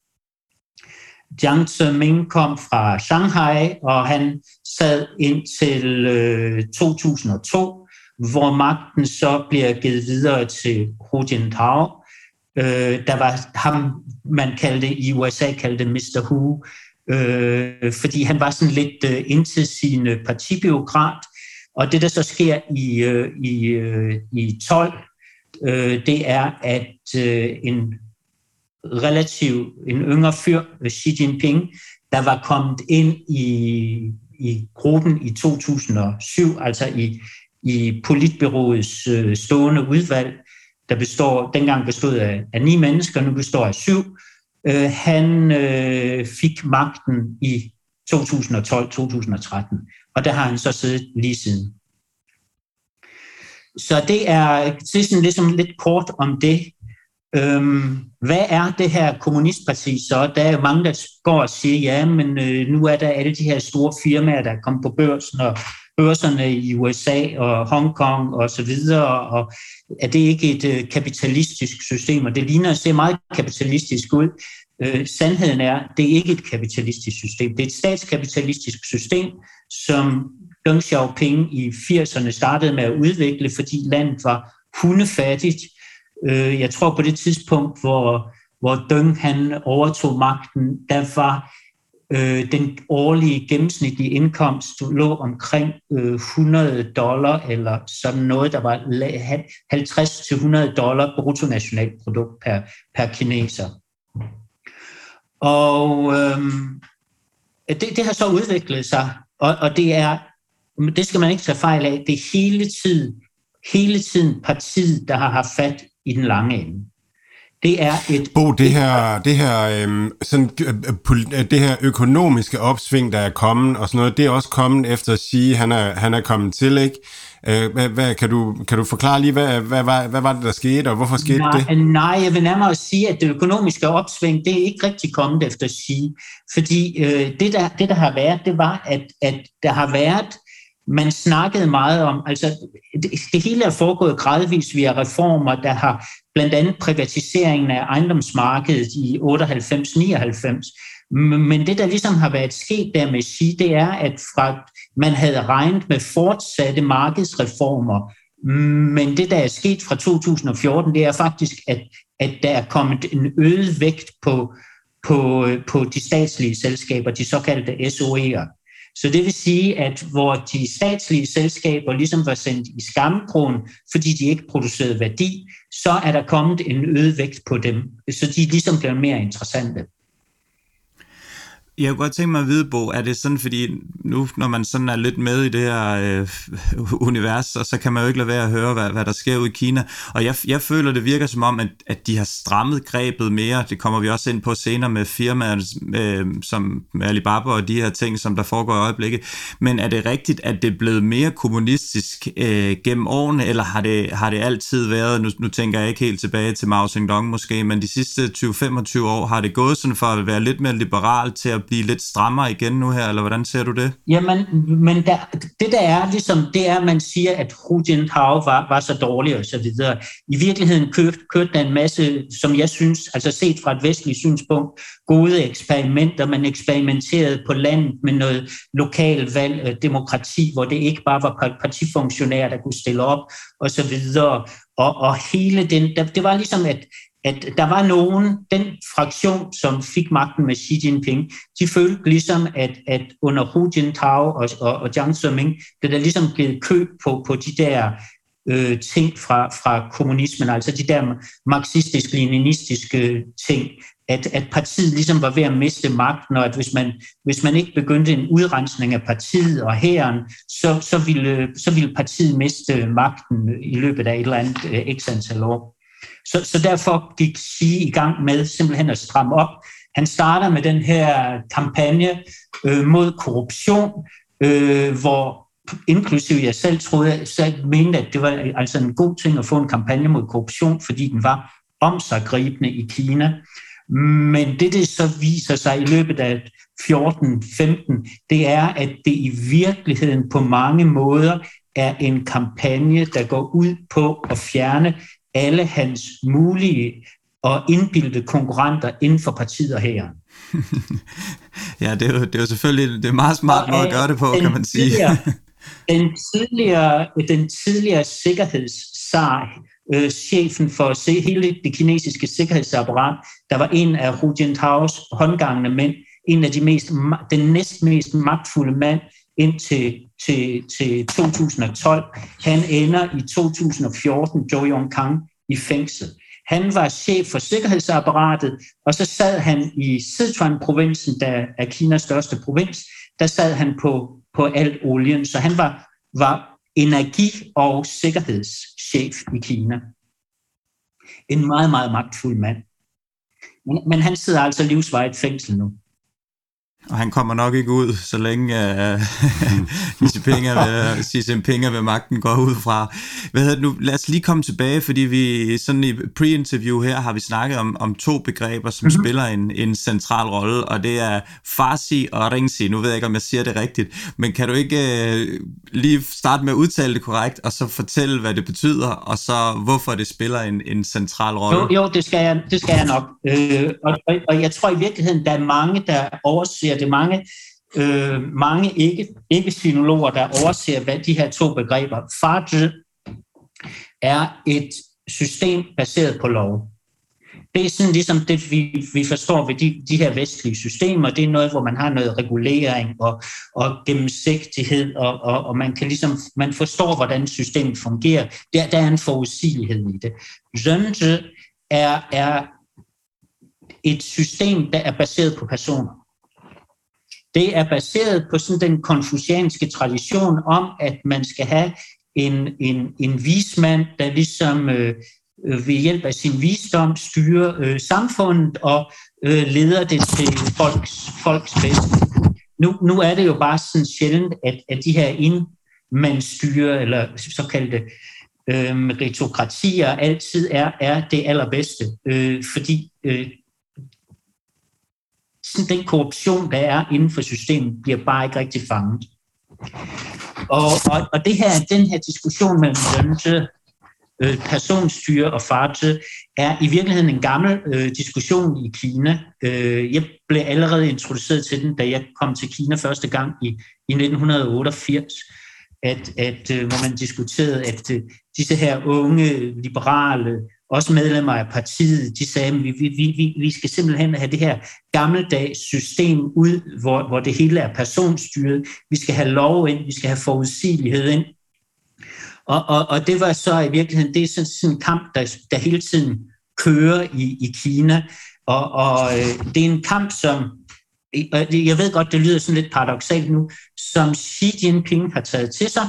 Jiang Zemin kom fra Shanghai, og han sad indtil 2002, hvor magten så bliver givet videre til Hu Jintao. Der var ham, man kaldte i USA, kaldte Mr. Hu, fordi han var sådan lidt indtilsigende partibureaukrat. Og det, der så sker i 12, det er, at en yngre fyr, Xi Jinping, der var kommet ind i gruppen i 2007, altså i politbureauets stående udvalg, der dengang bestod af 9 mennesker, nu består af 7. Han fik magten i 2012-2013, og der har han så siddet lige siden. Så det er sådan ligesom lidt kort om det. Hvad er det her kommunistparti så? Der er jo mange, der går og siger, ja, men nu er der alle de her store firmaer, der er kommet på børsen, og børserne i USA og Hongkong og så videre, og er det ikke et kapitalistisk system? Og det ligner at se meget kapitalistisk ud. Sandheden er, det er ikke et kapitalistisk system. Det er et statskapitalistisk system, som Deng Xiaoping i 80'erne startede med at udvikle, fordi landet var hundefattigt. Jeg tror på det tidspunkt, hvor Deng han overtog magten, der var den årlige gennemsnitlige indkomst lå omkring $100 eller sådan noget, der var $50-100 bruttonationalprodukt per kineser. Og det har så udviklet sig, Og det skal man ikke tage fejl af, det er hele tiden partiet, der har haft fat i den lange ende. Det er det her økonomiske opsving, der er kommet, og sådan noget, det er også kommet efter at sige, han er kommet til, ikke? Kan du forklare lige, hvad var det, der skete, og hvorfor skete det? Nej, jeg vil nærmere sige, at det økonomiske opsving, det er ikke rigtig kommet efter at sige, fordi det der har været, det var, at der har været, man snakkede meget om, altså det hele er foregået gradvist via reformer, der har blandt andet privatiseringen af ejendomsmarkedet i 98-99, men det der ligesom har været sket der med Xi, det er, at man havde regnet med fortsatte markedsreformer, men det der er sket fra 2014, det er faktisk, at der er kommet en øget vægt på de statslige selskaber, de såkaldte SOE'er. Så det vil sige, at hvor de statslige selskaber ligesom var sendt i skammekrogen, fordi de ikke producerede værdi, så er der kommet en øget vægt på dem, så de ligesom bliver mere interessante. Jeg kunne godt tænke mig at vide, Bo, er det sådan, fordi nu, når man sådan er lidt med i det her univers, så kan man jo ikke lade være at høre, hvad der sker ude i Kina. Og jeg føler, det virker som om, at de har strammet grebet mere. Det kommer vi også ind på senere med firmaer, som med Alibaba og de her ting, som der foregår i øjeblikket. Men er det rigtigt, at det er blevet mere kommunistisk gennem årene, eller har det altid været, nu tænker jeg ikke helt tilbage til Mao Zedong måske, men de sidste 20-25 år har det gået sådan for at være lidt mere liberal til at blive lidt strammere igen nu her, eller hvordan ser du det? Jamen, men det der er ligesom, det er, at man siger, at Hu Jintao var så dårlig og så videre. I virkeligheden kørte der en masse, som jeg synes, altså set fra et vestligt synspunkt, gode eksperimenter. Man eksperimenterede på landet med noget lokal valg, demokrati, hvor det ikke bare var partifunktionærer, der kunne stille op og så videre. Og hele det var ligesom, at der var nogen, den fraktion, som fik magten med Xi Jinping, de følte ligesom, at under Hu Jintao og Jiang Zemin, det der ligesom blev køb på de der ting fra kommunismen, altså de der marxistisk-leninistiske ting, at partiet ligesom var ved at miste magten, og at hvis man ikke begyndte en udrensning af partiet og hæren, så ville partiet miste magten i løbet af et eller andet x antal år. Så derfor gik Xi i gang med simpelthen at stramme op. Han starter med den her kampagne mod korruption, hvor inklusive jeg selv mente, at det var altså en god ting at få en kampagne mod korruption, fordi den var omsiggribende i Kina. Men det så viser sig i løbet af 14-15, det er, at det i virkeligheden på mange måder er en kampagne, der går ud på at fjerne alle hans mulige og indbildte konkurrenter inden for partiet og hæren. Ja, det er jo selvfølgelig en meget smart måde at gøre det på, kan man sige. Den tidligere sikkerhedszar, chefen for hele det kinesiske sikkerhedsapparat, der var en af Hu Jintaos håndgangende mænd, en af den næstmest magtfulde mand indtil til 2012. Han ender i 2014, Zhou Yongkang, i fængsel. Han var chef for sikkerhedsapparatet, og så sad han i Sichuan-provinsen, der er Kinas største provins, der sad han på alt olien, så han var energi- og sikkerhedschef i Kina. En meget, meget magtfuld mand. Men han sidder altså livsvarigt fængsel nu. Og han kommer nok ikke ud, så længe Xi Jinping ved magten går ud fra. Lad os lige komme tilbage, fordi vi sådan i pre-interview her har vi snakket om to begreber, som spiller en central rolle, og det er Farsi og Ringsi. Nu ved jeg ikke, om jeg siger det rigtigt, men kan du ikke lige starte med at udtale det korrekt, og så fortælle, hvad det betyder, og så hvorfor det spiller en central rolle? Jo, det skal jeg nok. Og jeg tror i virkeligheden, der er mange, der overser det, mange ikke-sinologer, der overser, hvad de her to begreber. Farzi er et system baseret på lov. Det er sådan ligesom det, vi forstår ved de her vestlige systemer. Det er noget, hvor man har noget regulering og gennemsigtighed, og man kan ligesom, man forstår, hvordan systemet fungerer. Der er en forudsigelighed i det. Zhenzi er et system, der er baseret på personer. det er baseret på sådan den konfucianske tradition om, at man skal have en vismand, der ligesom ved hjælp af sin visdom styrer samfundet og leder det til folks bedste. Nu er det jo bare sådan sjældent, at de her enmandsstyre eller såkaldte meritokratier altid er det allerbedste, fordi sådan den korruption, der er inden for systemet, bliver bare ikke rigtig fanget. Og den her diskussion mellem dømte, personstyre og farte er i virkeligheden en gammel diskussion i Kina. Jeg blev allerede introduceret til den, da jeg kom til Kina første gang i 1988, hvor man diskuterede, at disse her unge, liberale, også medlemmer af partiet, de sagde, at vi skal simpelthen have det her gammeldags system ud, hvor det hele er personstyret. Vi skal have lov ind, vi skal have forudsigelighed ind. Og det var så i virkeligheden, det er sådan en kamp, der hele tiden kører i Kina. Og det er en kamp, som, jeg ved godt, det lyder sådan lidt paradoksalt nu, som Xi Jinping har taget til sig.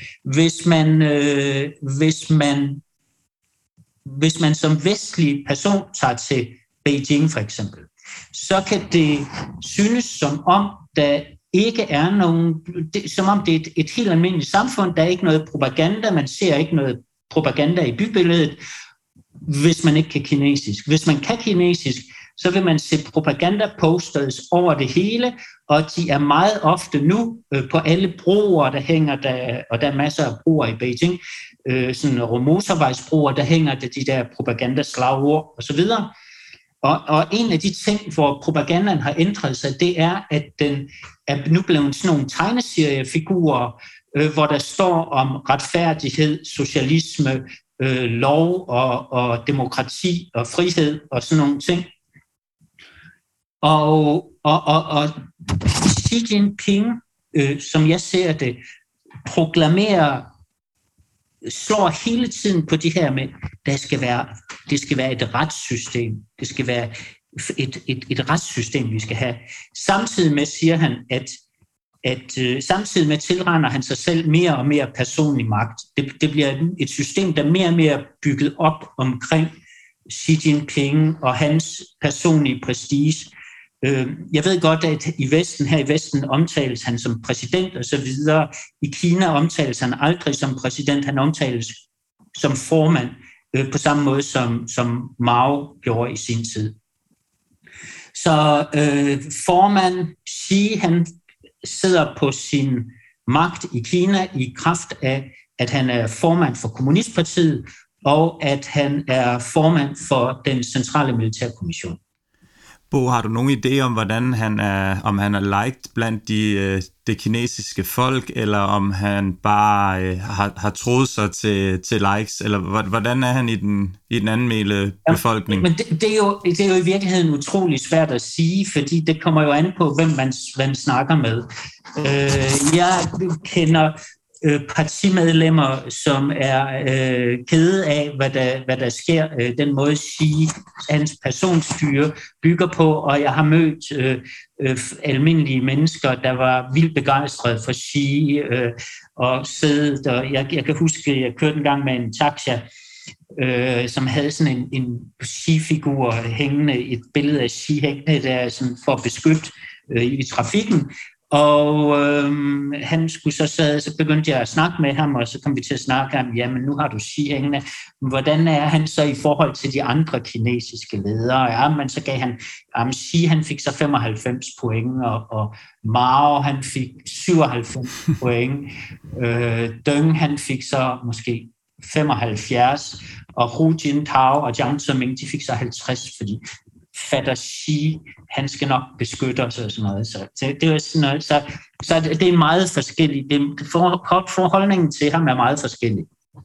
Hvis man som vestlig person tager til Beijing for eksempel, så kan det synes som om, der ikke er nogen, som om det er et helt almindeligt samfund, der er ikke noget propaganda, man ser ikke noget propaganda i bybilledet, hvis man ikke kan kinesisk. Hvis man kan kinesisk, så vil man se propaganda-posters over det hele, og de er meget ofte nu på alle broer, der hænger der, og der er masser af broer i Beijing, sådan motorvejsbroer, der hænger der de der propagandaslagord osv. Og en af de ting, hvor propagandaen har ændret sig, det er, at den er nu blevet sådan nogle tegneseriefigurer, hvor der står om retfærdighed, socialisme, lov og demokrati og frihed og sådan nogle ting. Og Xi Jinping, som jeg ser det, slår hele tiden på det her med, det skal være et retssystem. Det skal være et retssystem, vi skal have. Samtidig med siger han, at samtidig med tilregner han sig selv mere og mere personlig magt. Det bliver et system, der mere og mere bygget op omkring Xi Jinping og hans personlige prestige. Jeg ved godt, at her i Vesten omtales han som præsident og så videre. I Kina omtales han aldrig som præsident, han omtales som formand, på samme måde som Mao gjorde i sin tid. Så formand Xi, han sidder på sin magt i Kina i kraft af, at han er formand for Kommunistpartiet, og at han er formand for den centrale militærkommission. Bo, har du nogen idé om, hvordan om han er liked blandt det kinesiske folk, eller om han bare har troet sig til likes, eller hvordan er han i den anmeldte befolkning? Men det er jo i virkeligheden utrolig svært at sige, fordi det kommer jo an på, hvem man snakker med. Jeg kender partimedlemmer, som er kede af, hvad der sker, den måde Xi, hans personstyre bygger på, og jeg har mødt almindelige mennesker, der var vildt begejstrede for Xi, og siddet, og jeg kan huske, at jeg kørte en gang med en taxa, som havde sådan en Xi-figur hængende, et billede af Xi hængende der sådan for at beskytte i trafikken. Og han skulle så begyndte jeg at snakke med ham, og så kom vi til at snakke om, jamen nu har du Xi hængende. Hvordan er han så i forhold til de andre kinesiske ledere? Ja, men så gav han, Xi han fik så 95 point, og Mao han fik 97 point. Deng han fik så måske 75, og Hu Jintao og Jiang Zemin, de fik så 50, fordi fatter Xi, han skal nok beskytte os og sådan noget. Så det er sådan noget. Så det er meget forskelligt. Forholdningen til ham er meget forskellig.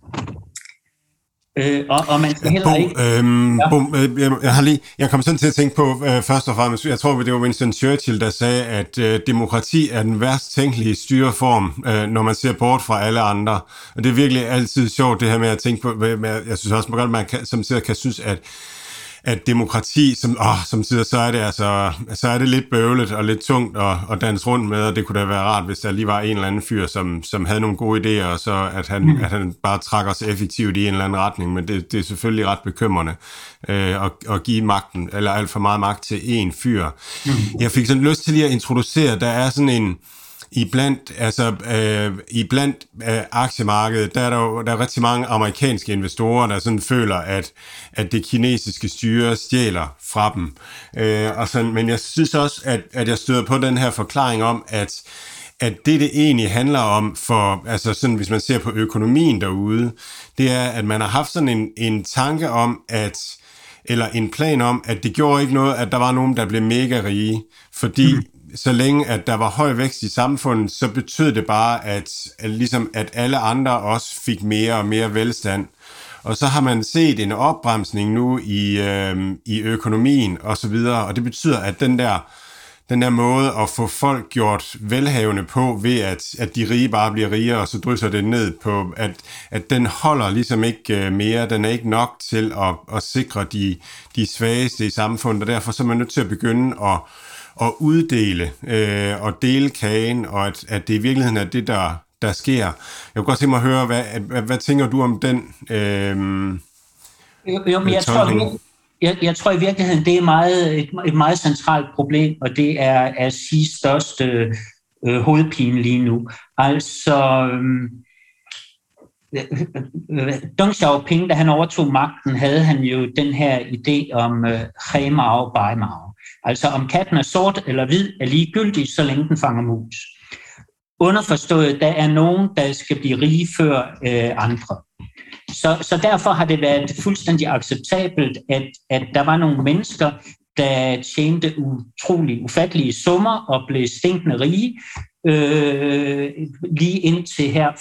Og man skal heller ikke... Jeg kom sådan til at tænke på, først og fremmest, jeg tror, det var Winston Churchill, der sagde, at demokrati er den værst tænkelige styreform, når man ser bort fra alle andre. Og det er virkelig altid sjovt, det her med at tænke på, jeg synes også, man som siger, kan synes, at demokrati, som siger, så er det lidt bøvlet og lidt tungt at danse rundt med, og det kunne da være rart, hvis der lige var en eller anden fyr, som havde nogle gode idéer, og så at han bare trækker sig effektivt i en eller anden retning, men det er selvfølgelig ret bekymrende at give magten, eller alt for meget magt til én fyr. Jeg fik sådan lyst til lige at introducere, der er sådan en Iblandt aktiemarkedet, der er rigtig mange amerikanske investorer, der sådan føler, at det kinesiske styre stjæler fra dem. Men jeg synes også, at jeg støder på den her forklaring om, at det egentlig handler om, altså sådan, hvis man ser på økonomien derude, det er, at man har haft sådan en tanke om, eller en plan om, at det gjorde ikke noget, at der var nogen, der blev mega rige, fordi så længe at der var høj vækst i samfundet, så betød det bare, at alle andre også fik mere og mere velstand. Og så har man set en opbremsning nu i økonomien og så videre, og det betyder, at den der måde at få folk gjort velhavende på, ved at de rige bare bliver rigere, og så drysser det ned på, at den holder ligesom ikke mere, den er ikke nok til at sikre de svageste i samfundet, og derfor så er man nødt til at begynde at uddele og dele kagen, og at det i virkeligheden er det, der sker. Jeg kunne godt tænke mig at høre, hvad tænker du om den Jeg tror i virkeligheden, det er et meget centralt problem, og det er Xi's største hovedpine lige nu. Altså, Deng Xiaoping, da han overtog magten, havde han jo den her idé om Hemao Baimao. Altså om katten er sort eller hvid, er ligegyldig, så længe den fanger mus. Underforstået, der er nogen, der skal blive rige før andre. Så derfor har det været fuldstændig acceptabelt, at der var nogle mennesker, der tjente ufattelige summer og blev stinkende rige, lige indtil her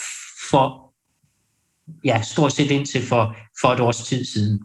stort set indtil for et års tid siden.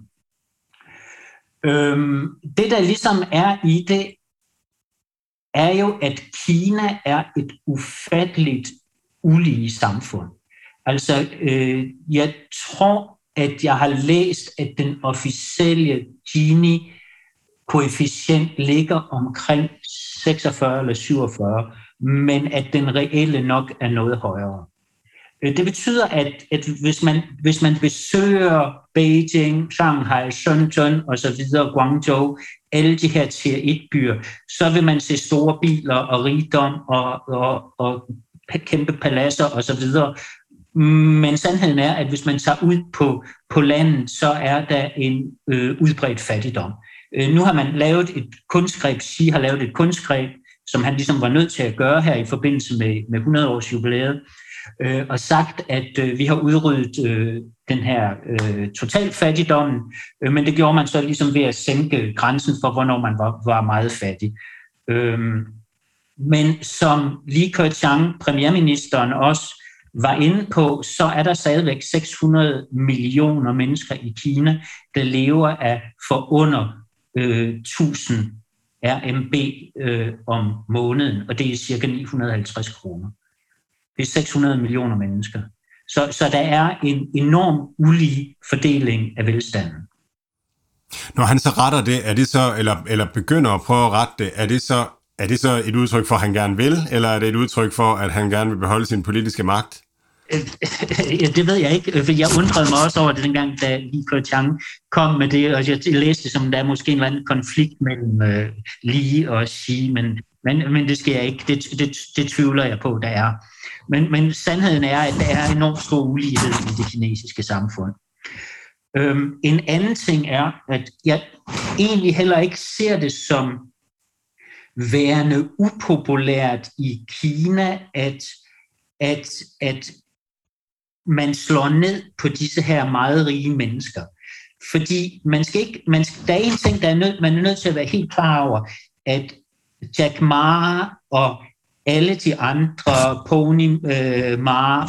Det, der ligesom er i det, er jo, at Kina er et ufatteligt ulige samfund. Altså, jeg tror, at jeg har læst, at den officielle Gini-koefficient ligger omkring 46 eller 47, men at den reelle nok er noget højere. Det betyder, at hvis man besøger Beijing, Shanghai, Shenzhen osv., Guangzhou, alle de her tier 1-byer, så vil man se store biler og rigdom og kæmpe paladser osv., men sandheden er, at hvis man tager ud på landet, så er der en udbredt fattigdom. Nu har man lavet et kunstgreb, Xi har lavet et kunstgreb, som han ligesom var nødt til at gøre her i forbindelse med 100-års jubilæet, og sagt, at vi har udryddet den her totalfattigdommen, men det gjorde man så ligesom ved at sænke grænsen for, hvornår man var meget fattig. Men som Li Keqiang, premierministeren, også var inde på, så er der stadigvæk 600 millioner mennesker i Kina, der lever af for under 1000 RMB om måneden, og det er cirka 950 kroner. Det er 600 millioner mennesker. Så der er en enorm ulige fordeling af velstanden. Når han så retter det, er det så, eller begynder at prøve at rette det, er det så et udtryk for, at han gerne vil, eller er det et udtryk for, at han gerne vil beholde sin politiske magt? Det ved jeg ikke, for jeg undrede mig også over det dengang, da Li Keqiang kom med det, og jeg læste som, der er måske en eller anden konflikt mellem Li og Xi, men det sker ikke. Det tvivler jeg på, der er. Men sandheden er, at der er enormt stor ulighed i det kinesiske samfund. En anden ting er, at jeg egentlig heller ikke ser det som værende upopulært i Kina, at man slår ned på disse her meget rige mennesker. Fordi der er en ting, man er nødt til at være helt klar over, at Jack Ma og alle de andre, Pony Ma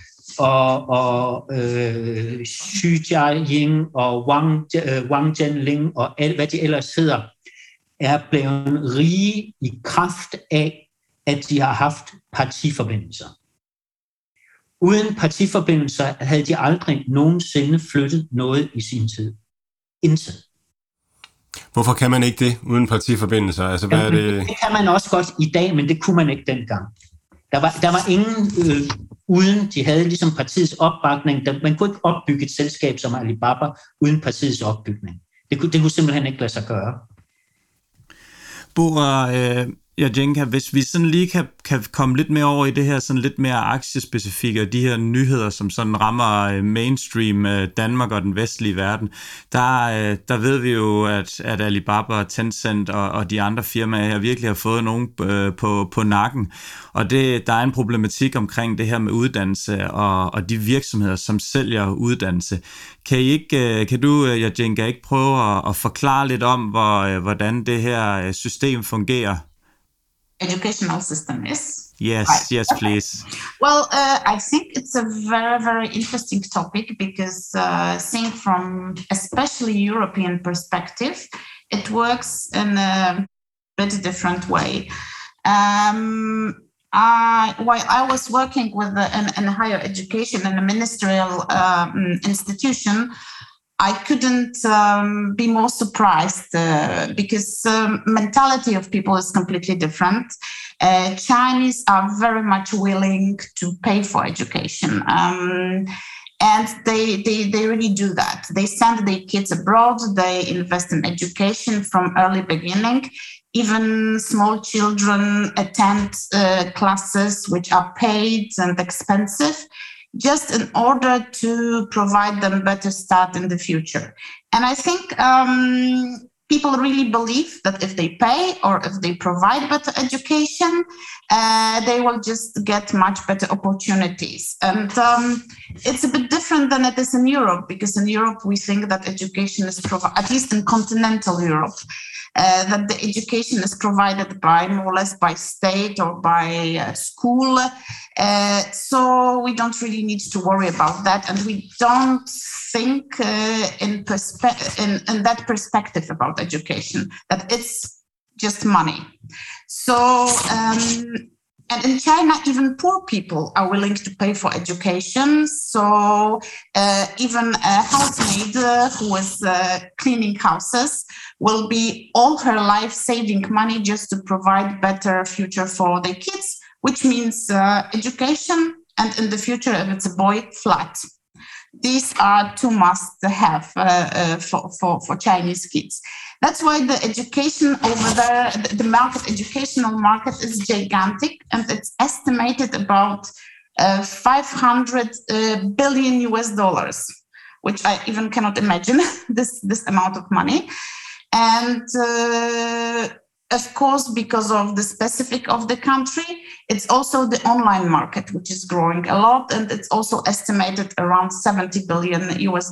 og Xu Jiaying og Wang Zhenling og alt, hvad de ellers hedder, er blevet rige i kraft af, at de har haft partiforbindelser. Uden partiforbindelser havde de aldrig nogensinde flyttet noget i sin tid. Intet. Hvorfor kan man ikke det uden partiforbindelser? Altså, hvad er det? Det kan man også godt i dag, men det kunne man ikke dengang. Der var ingen uden, de havde ligesom partiets opbakning. Man kunne ikke opbygge et selskab som Alibaba uden partiets opbygning. Det kunne simpelthen ikke lade sig gøre. Bo og Jadzinka, hvis vi sådan lige kan komme lidt mere over i det her sådan lidt mere aktiespecifikke og de her nyheder, som sådan rammer mainstream Danmark og den vestlige verden, der ved vi jo, at Alibaba, Tencent og de andre firmaer her virkelig har fået nogen på nakken. Og der er en problematik omkring det her med uddannelse og de virksomheder, som sælger uddannelse. Kan du, Jadzinka, ikke prøve at forklare lidt om, hvordan det her system fungerer? Educational system is? Yes, right. yes, please. Well, I think it's a very, very interesting topic because seen from especially European perspective, it works in a bit different way. While I was working with in higher education in a ministerial institution, I couldn't be more surprised because mentality of people is completely different. Chinese are very much willing to pay for education. And they really do that. They send their kids abroad. They invest in education from early beginning. Even small children attend classes which are paid and expensive, just in order to provide them better start in the future. And I think people really believe that if they pay or if they provide better education, they will just get much better opportunities. And it's a bit different than it is in Europe, because in Europe we think that education is provided, at least in continental Europe, that the education is provided by more or less by state or by school. So we don't really need to worry about that. And we don't think in that perspective about education, that it's just money. So, and in China, even poor people are willing to pay for education. So even a housemaid who is cleaning houses will be all her life saving money just to provide better future for their kids, which means education, and in the future, if it's a boy, flat. These are two must-have for Chinese kids. That's why the education over there, the educational market is gigantic, and it's estimated about $500 billion US, which I even cannot imagine this amount of money. And of course, because of the specific of the country, it's also the online market, which is growing a lot, and it's also estimated around $70 billion US.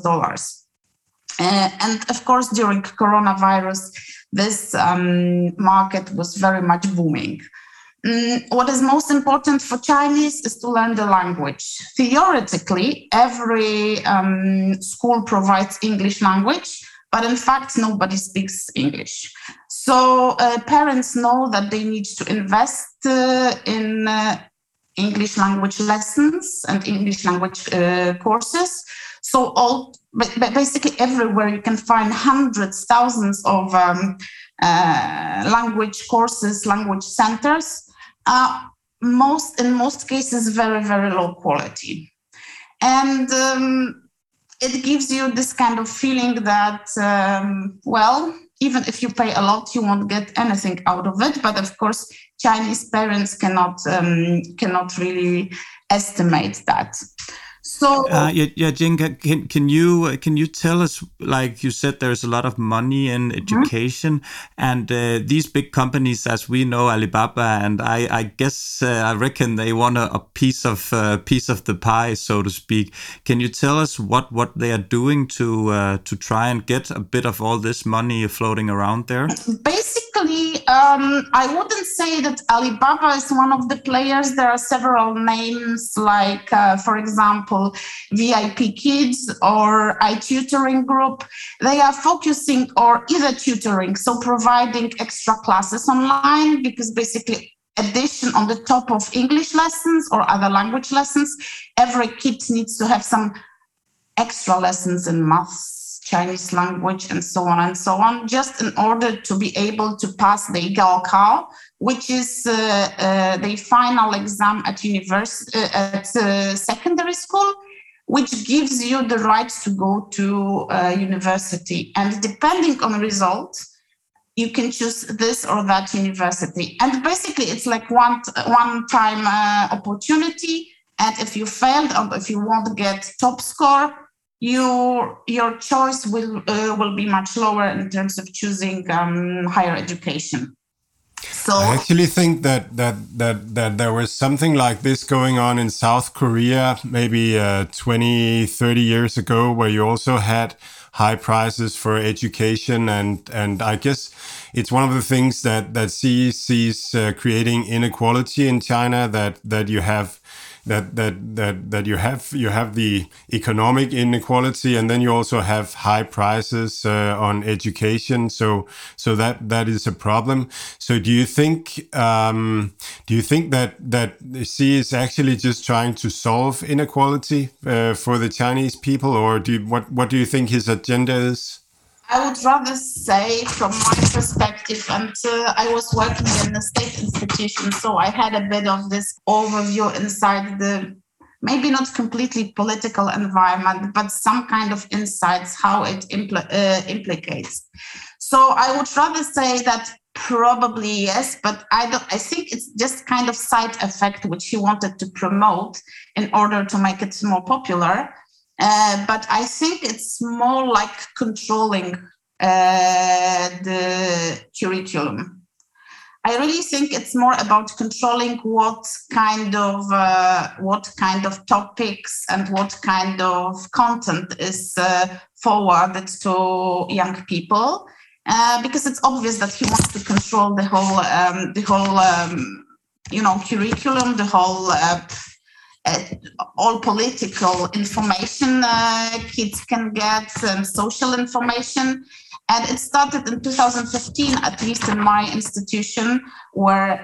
And of course, during coronavirus, this market was very much booming. What is most important for Chinese is to learn the language. Theoretically, every school provides English language, but in fact, nobody speaks English. So parents know that they need to invest in English language lessons and English language courses. So basically everywhere you can find hundreds, thousands of language courses, language centers. In most cases, very, very low quality. And it gives you this kind of feeling that, even if you pay a lot, you won't get anything out of it. But of course, Chinese parents cannot really estimate that. So, Jadzinka, can you tell us, like you said, there's a lot of money in education, and these big companies, as we know, Alibaba, and I guess I reckon they want a piece of the pie, so to speak. Can you tell us what they are doing to try and get a bit of all this money floating around there? Basically, I wouldn't say that Alibaba is one of the players. There are several names, like, for example, VIP Kids or iTutoring Group. They are focusing or either tutoring, so providing extra classes online, because basically addition on the top of English lessons or other language lessons, every kid needs to have some extra lessons in maths, Chinese language, and so on and so on, just in order to be able to pass the Gaokao, which is the final exam at secondary school, which gives you the right to go to university. And depending on the results, you can choose this or that university. And basically, it's like one-time opportunity. And if you failed, or if you won't get top score, your choice will be much lower in terms of choosing higher education. So I actually think that there was something like this going on in South Korea maybe 20, 30 years ago, where you also had high prices for education, and I guess it's one of the things that sees creating inequality in China, that you have you have the economic inequality, and then you also have high prices on education. So that is a problem. So do you think that Xi is actually just trying to solve inequality for the Chinese people, or what do you think his agenda is? I would rather say, from my perspective, and I was working in a state institution, so I had a bit of this overview inside the, maybe not completely political environment, but some kind of insights, how it implicates. So I would rather say that probably yes, but I think it's just kind of side effect which he wanted to promote in order to make it more popular. But I think it's more like controlling the curriculum. I really think it's more about controlling what kind of topics and what kind of content is forwarded to young people, because it's obvious that he wants to control the whole curriculum, the whole. All political information kids can get, social information. And it started in 2015, at least in my institution, where,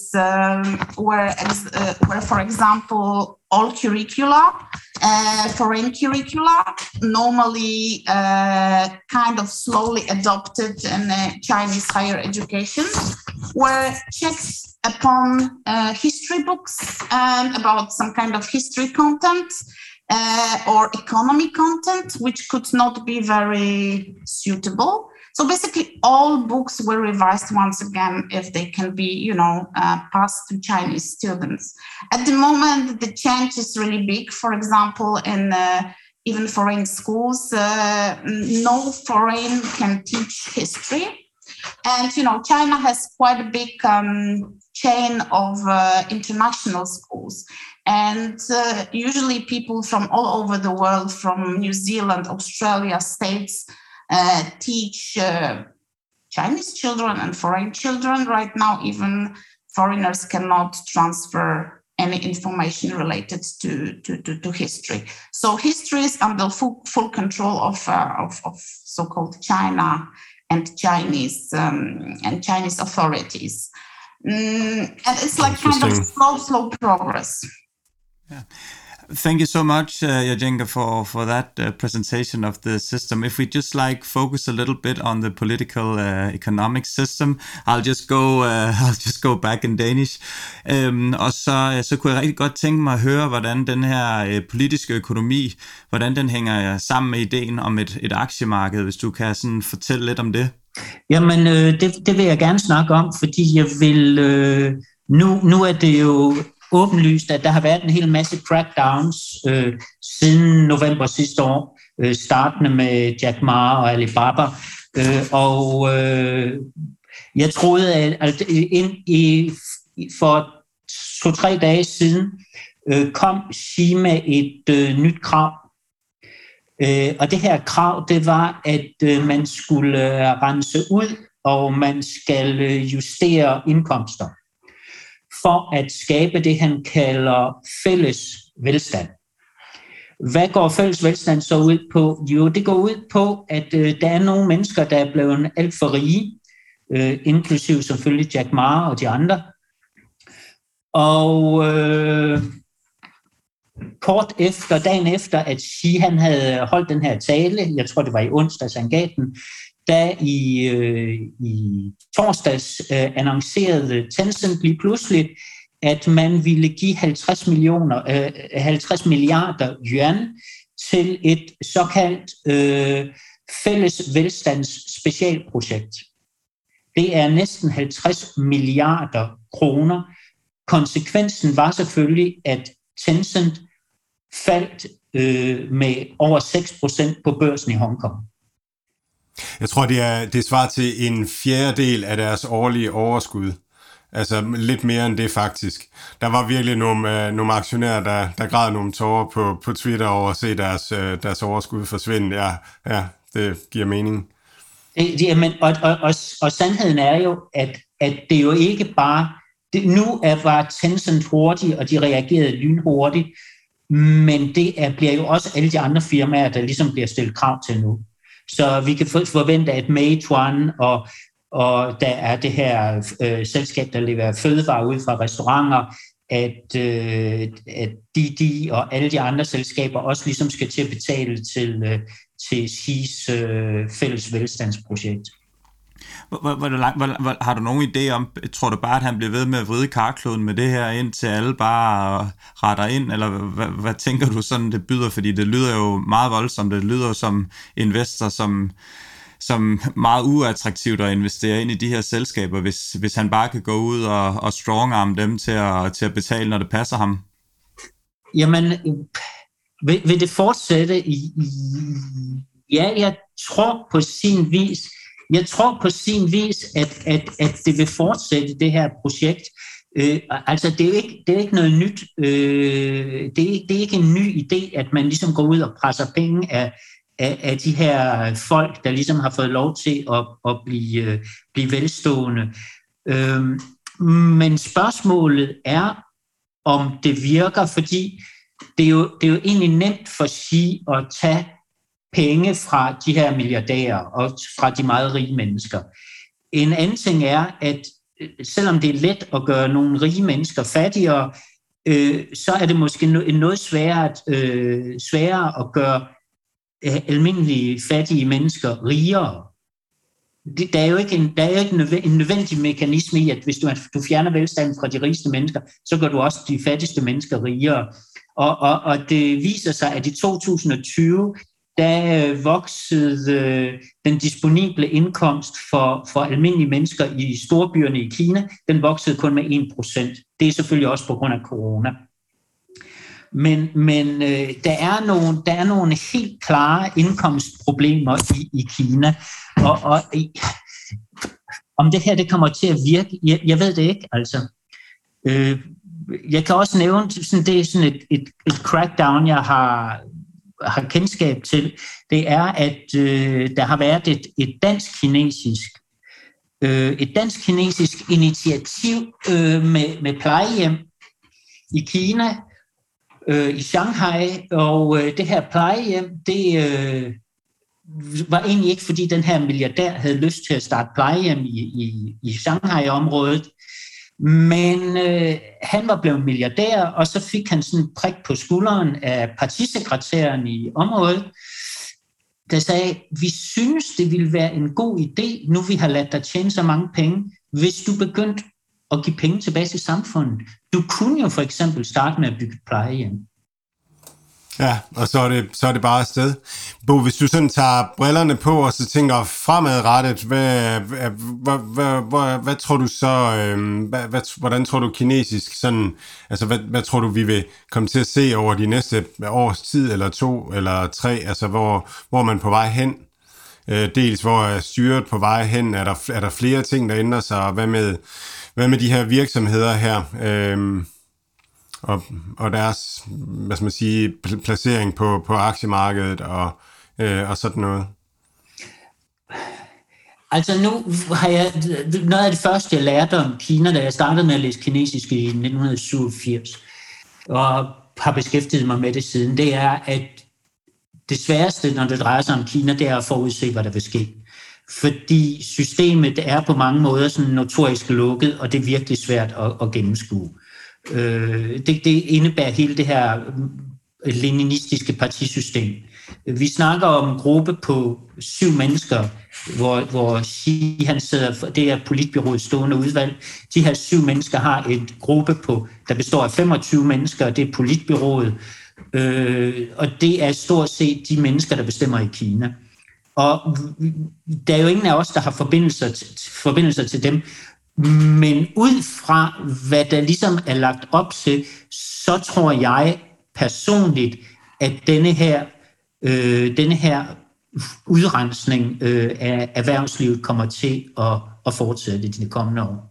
for example, all curricula, foreign curricula, normally kind of slowly adopted in Chinese higher education, were checked upon history books and about some kind of history content or economy content, which could not be very suitable. So basically, all books were revised once again if they can be, passed to Chinese students. At the moment, the change is really big. For example, in even foreign schools, no foreign can teach history. And, China has quite a big chain of international schools. And usually people from all over the world, from New Zealand, Australia, States, teach Chinese children and foreign children. Right now, even foreigners cannot transfer any information related to history. So history is under full control of so-called China and Chinese authorities. And it's like kind of slow progress. Yeah. Thank you so much, Jadwiga, for that presentation of the system. If we just focus a little bit on the political economic system, I'll just go back in Danish. Og så kunne jeg rigtig godt tænke mig at høre, hvordan den her politiske økonomi, hvordan den hænger sammen med ideen om et aktiemarked, hvis du kan sådan fortælle lidt om det. Jamen, det vil jeg gerne snakke om, fordi jeg vil... Nu er det jo åbenlyst, at der har været en hel masse crackdowns siden november sidste år, startende med Jack Ma og Alibaba. Og jeg troede, at for 2-3 dage siden kom Xi med et nyt krav. Og det her krav, det var, at man skulle rense ud, og man skal justere indkomster for at skabe det, han kalder fælles velstand. Hvad går fælles velstand så ud på? Jo, det går ud på, at der er nogle mennesker, der er blevet alt for rige, inklusive selvfølgelig Jack Ma og de andre. Og kort efter, dagen efter, at Xi han havde holdt den her tale, jeg tror det var i onsdags, han gav den, da i torsdags annoncerede Tencent lige pludselig, at man ville give 50 milliarder yuan til et såkaldt fælles velstands specialprojekt. Det er næsten 50 milliarder kroner. Konsekvensen var selvfølgelig, at Tencent faldt med over 6% på børsen i Hongkong. Jeg tror, det svarer til en fjerdedel af deres årlige overskud. Altså lidt mere end det faktisk. Der var virkelig nogle aktionærer, der græd nogle tårer på Twitter over at se deres overskud forsvinde. Ja, det giver mening. Jamen, og sandheden er jo, at det jo ikke bare... Nu var Tencent hurtigt, og de reagerede lynhurtigt, men det bliver jo også alle de andre firmaer, der ligesom bliver stillet krav til nu. Så vi kan forvente, at Meituan og der er det her selskab, der leverer fødevarer ud fra restauranter, at Didi og alle de andre selskaber også ligesom skal til at betale til Xi's fælles velstandsprojekt. Har du nogen idé om, tror du bare, at han bliver ved med at vride karkloden med det her, indtil alle bare retter ind, eller hvad tænker du sådan, det byder? Fordi det lyder jo meget voldsomt, det lyder som investor, som meget uattraktivt at investere ind i de her selskaber, hvis han bare kan gå ud og strongarm dem til at betale, når det passer ham. Jamen, vil det fortsætte? Ja, jeg tror på sin vis, at det vil fortsætte det her projekt. Altså, det er ikke noget nyt. Det er ikke en ny idé, at man ligesom går ud og presser penge af de her folk, der ligesom har fået lov til at blive velstående. Men spørgsmålet er, om det virker, fordi det er jo egentlig nemt for Xi at tage penge fra de her milliardærer og fra de meget rige mennesker. En anden ting er, at selvom det er let at gøre nogle rige mennesker fattigere, så er det måske noget sværere at gøre almindelige fattige mennesker rigere. Der er jo ikke en nødvendig mekanisme i, at hvis du fjerner velstanden fra de rigeste mennesker, så gør du også de fattigste mennesker rigere. Og det viser sig, at i 2020, der voksede den disponible indkomst for almindelige mennesker i storbyerne i Kina, den voksede kun med 1%. Det er selvfølgelig også på grund af corona. Men der er nogle helt klare indkomstproblemer i Kina, og om det her det kommer til at virke, jeg ved det ikke. Altså, jeg kan også nævne, det er sådan et crackdown, jeg har kendskab til, det er, at der har været et dansk-kinesisk initiativ med plejehjem i Kina, i Shanghai, og det her plejehjem, det var egentlig ikke, fordi den her milliardær havde lyst til at starte plejehjem i Shanghai-området, men han var blevet milliardær, og så fik han sådan en prik på skulderen af partisekretæren i området, der sagde, vi synes, det ville være en god idé, nu vi har ladet dig tjene så mange penge, hvis du begyndte at give penge tilbage til samfundet. Du kunne jo for eksempel starte med at bygge plejehjem. Ja, og så er det bare afsted. Bo, hvis du sådan tager brillerne på, og så tænker fremadrettet, hvad tror du så, hvordan tror du kinesisk sådan, altså hvad tror du, vi vil komme til at se over de næste års tid, eller 2 eller 3, altså hvor man på vej hen? Dels hvor er styret på vej hen, er der flere ting, der ændrer sig, og hvad med de her virksomheder her, og deres, hvad skal man sige, placering på aktiemarkedet og sådan noget? Altså nu har jeg, noget af det første, jeg lærte om Kina, da jeg startede med at læse kinesisk i 1987, og har beskæftiget mig med det siden, det er, at det sværeste, når det drejer sig om Kina, det er at forudse, hvad der vil ske. Fordi systemet er på mange måder sådan notorisk lukket, og det er virkelig svært at gennemskue. Det indebærer hele det her leninistiske partisystem. Vi snakker om en gruppe på 7 mennesker, hvor Xi han sidder, det er politbyråets stående udvalg. De her 7 mennesker har et gruppe der består af 25 mennesker, og det er politbyrået. Og det er stort set de mennesker, der bestemmer i Kina. Og der er jo ingen af os, der har forbindelser til dem. Men ud fra, hvad der ligesom er lagt op til, så tror jeg personligt, at denne her udrensning af erhvervslivet kommer til at fortsætte de kommende år.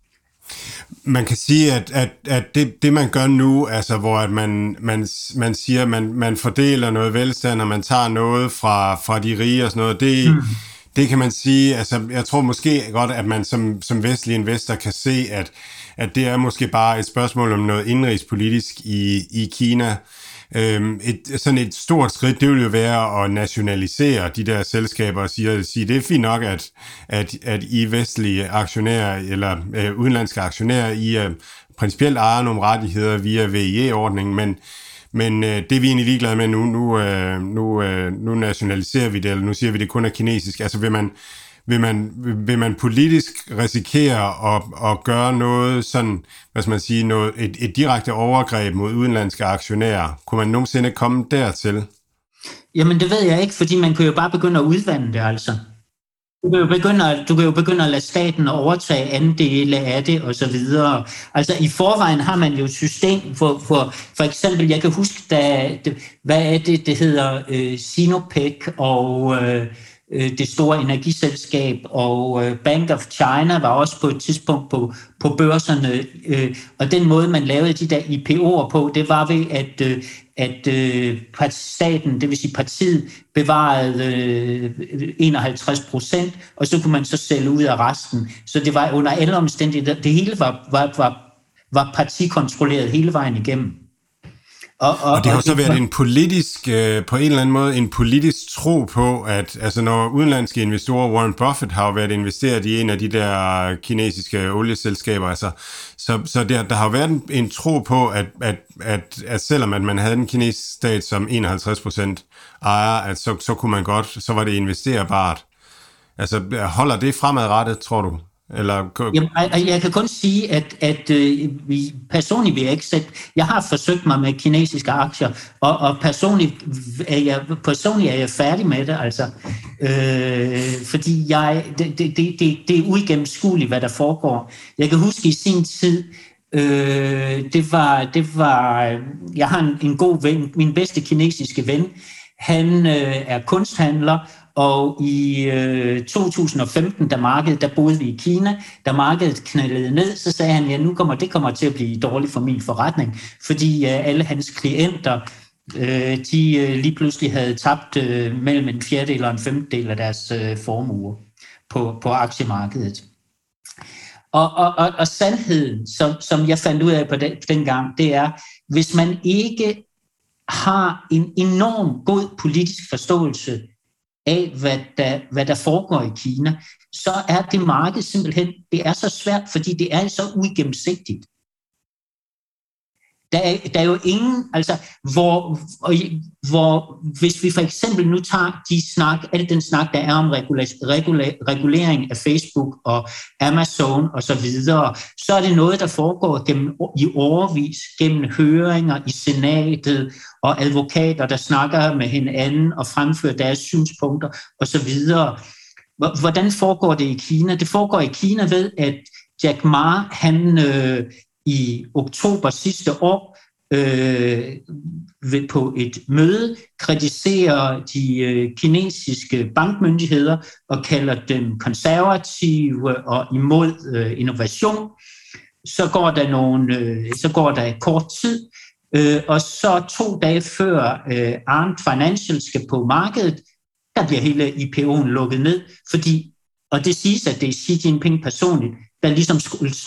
Man kan sige, at det man gør nu, altså hvor at man siger, man fordeler noget velstand, og man tager noget fra de rige og sådan noget, det kan man sige, altså jeg tror måske godt, at man som vestlig investor kan se, at det er måske bare et spørgsmål om noget indrigspolitisk i Kina. Sådan et stort skridt, det vil jo være at nationalisere de der selskaber og sige, det er fint nok, at I vestlige aktionærer eller udenlandske aktionærer, I er principielt ejer nogle rettigheder via VIE-ordningen, men det er vi egentlig ligeglade med nu nationaliserer vi det, eller nu siger vi, det kun er kinesisk. Altså vil man politisk risikere at gøre noget sådan, hvad skal man sige, et direkte overgreb mod udenlandske aktionærer? Kunne man nogensinde komme dertil? Jamen det ved jeg ikke, fordi man kan jo bare begynde at udvande det altså. Du kan jo begynde at lade staten overtage andele af det og så videre. Altså i forvejen har man jo et system, for eksempel, jeg kan huske, hvad er det hedder, Sinopec og det store energiselskab, og Bank of China var også på et tidspunkt på børserne, og den måde, man lavede de der IPO'er på, det var ved, at staten, det vil sige partiet, bevarede 51%, og så kunne man så sælge ud af resten. Så det var under alle omstændigheder, det hele var partikontrolleret hele vejen igennem. Og det har så været en politisk, på en eller anden måde, en politisk tro på, at altså når udenlandske investorer, Warren Buffett har jo været investeret i en af de der kinesiske olieselskaber, altså, så der har været en tro på, at selvom at man havde den kinesiske stat som 51% ejer, at så kunne man godt, så var det investerbart. Altså holder det fremadrettet, tror du? Eller... Jamen, jeg kan kun sige, at personligt vil jeg ikke sætte... Jeg har forsøgt mig med kinesiske aktier, og personligt er jeg færdig med det, altså. Fordi det er uigennemskueligt, hvad der foregår. Jeg kan huske i sin tid, jeg har en god ven, min bedste kinesiske ven, han er kunsthandler, og i 2015, der boede vi i Kina, da markedet knaldede ned, så sagde han, ja, det kommer til at blive dårligt for min forretning, fordi alle hans klienter, de lige pludselig havde tabt mellem en fjerdedel og en femtedel af deres formuer på aktiemarkedet. Og sandheden, som jeg fandt ud af på den gang, det er, hvis man ikke har en enorm god politisk forståelse af, hvad der foregår i Kina, så er det marked simpelthen, det er så svært, fordi det er så uigennemsigtigt. Der er jo ingen, altså, hvor hvis vi for eksempel nu tager al den snak, der er om regulering af Facebook og Amazon og så videre, så er det noget, der foregår i årevis, gennem høringer i senatet og advokater, der snakker med hinanden og fremfører deres synspunkter og så videre. Hvordan foregår det i Kina? Det foregår i Kina ved, at Jack Ma, han i oktober sidste år på et møde kritiserer de kinesiske bankmyndigheder og kalder dem konservative og imod innovation. Så går der kort tid, og så 2 dage før Ant Financial skal på markedet, der bliver hele IPO'en lukket ned, og det siges, at det er Xi Jinping personligt, der ligesom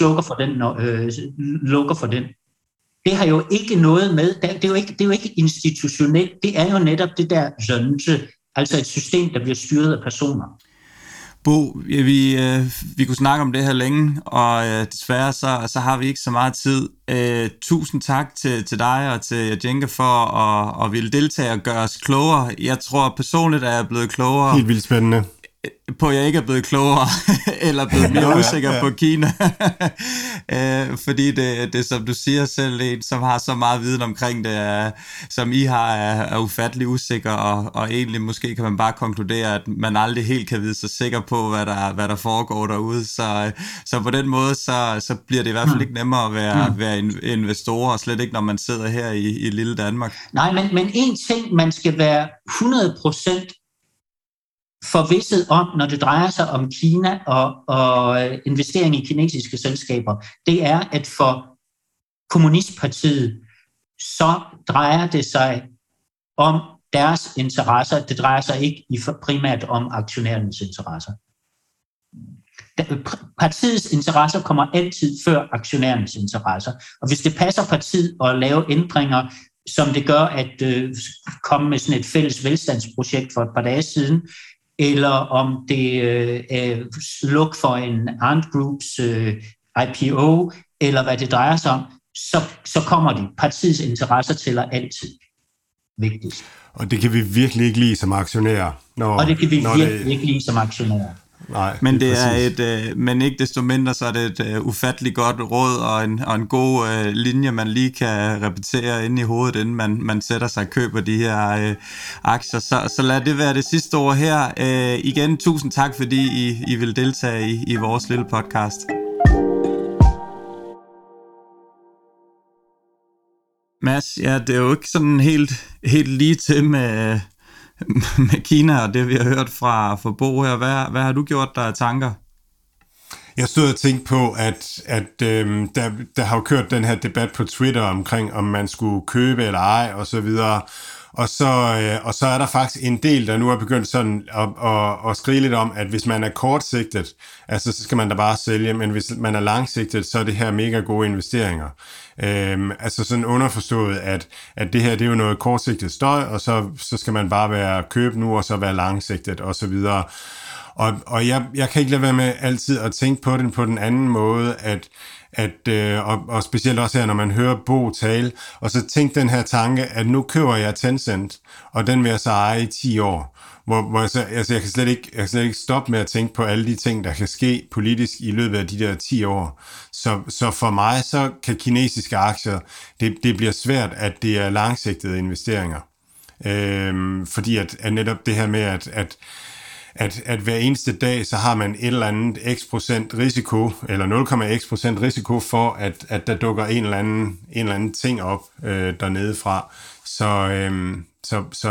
lukker for den. Det har jo ikke noget med, det er jo ikke institutionelt, det er jo netop det der zhengzhi, altså et system, der bliver styret af personer. Bo, vi kunne snakke om det her længe, og desværre så har vi ikke så meget tid. Tusind tak til dig og til Jenke for at ville deltage og gøre os klogere. Jeg tror personligt, at jeg er blevet klogere. Helt vildt spændende. På at jeg ikke er blevet klogere, eller blevet mere usikker på Kina. Fordi det, som du siger selv, en, som har så meget viden omkring det, som I har, er ufattelig usikker, og egentlig måske kan man bare konkludere, at man aldrig helt kan vide sig sikker på, hvad der foregår derude. Så på den måde, så bliver det i hvert fald ikke nemmere at være investor, og slet ikke, når man sidder her i lille Danmark. Nej, men en ting, man skal være 100% forvisset om, når det drejer sig om Kina og investering i kinesiske selskaber, det er, at for Kommunistpartiet, så drejer det sig om deres interesser. Det drejer sig ikke primært om aktionærernes interesser. Partiets interesser kommer altid før aktionærernes interesser. Og hvis det passer partiet at lave ændringer, som det gør at komme med sådan et fælles velstandsprojekt for et par dage siden, eller om det er luk for en Armed Groups IPO, eller hvad det drejer sig om, så kommer de. Partiets interesser tæller altid vigtigst. Og det kan vi virkelig ikke lide som aktionærer. Og det kan vi virkelig ikke lide som aktionærer. Nej, men det er men ikke desto mindre, så er det et ufatteligt godt råd og en god linje, man lige kan repetere inde i hovedet, inden man sætter sig og køber de her aktier. Så lad det være det sidste ord her. Igen, tusind tak, fordi I vil deltage i vores lille podcast. Mads, ja, det er jo ikke sådan helt lige til med Kina og det, vi har hørt fra Bo her. Hvad har du gjort der af tanker? Jeg stod og tænkte på, at der har jo kørt den her debat på Twitter omkring, om man skulle købe eller ej, og så videre. Og så er der faktisk en del, der nu er begyndt sådan at skrive lidt om, at hvis man er kortsigtet, altså så skal man da bare sælge, men hvis man er langsigtet, så er det her mega gode investeringer. Altså sådan underforstået, at det her, det er jo noget kortsigtet støj, og så skal man bare være købe nu, og så være langsigtet, og så videre. Og jeg kan ikke lade være med altid at tænke på den på den anden måde, og specielt også her, når man hører Bo tale, og så tænk den her tanke, at nu køber jeg Tencent, og den vil jeg så eje i 10 år. Hvor jeg kan slet ikke stoppe med at tænke på alle de ting, der kan ske politisk i løbet af de der 10 år. Så for mig, så kan kinesiske aktier, det bliver svært, at det er langsigtede investeringer. Fordi at netop det her med, at hver eneste dag, så har man et eller andet x% risiko, eller 0,x% risiko for, at der dukker en eller anden ting op dernede fra. Så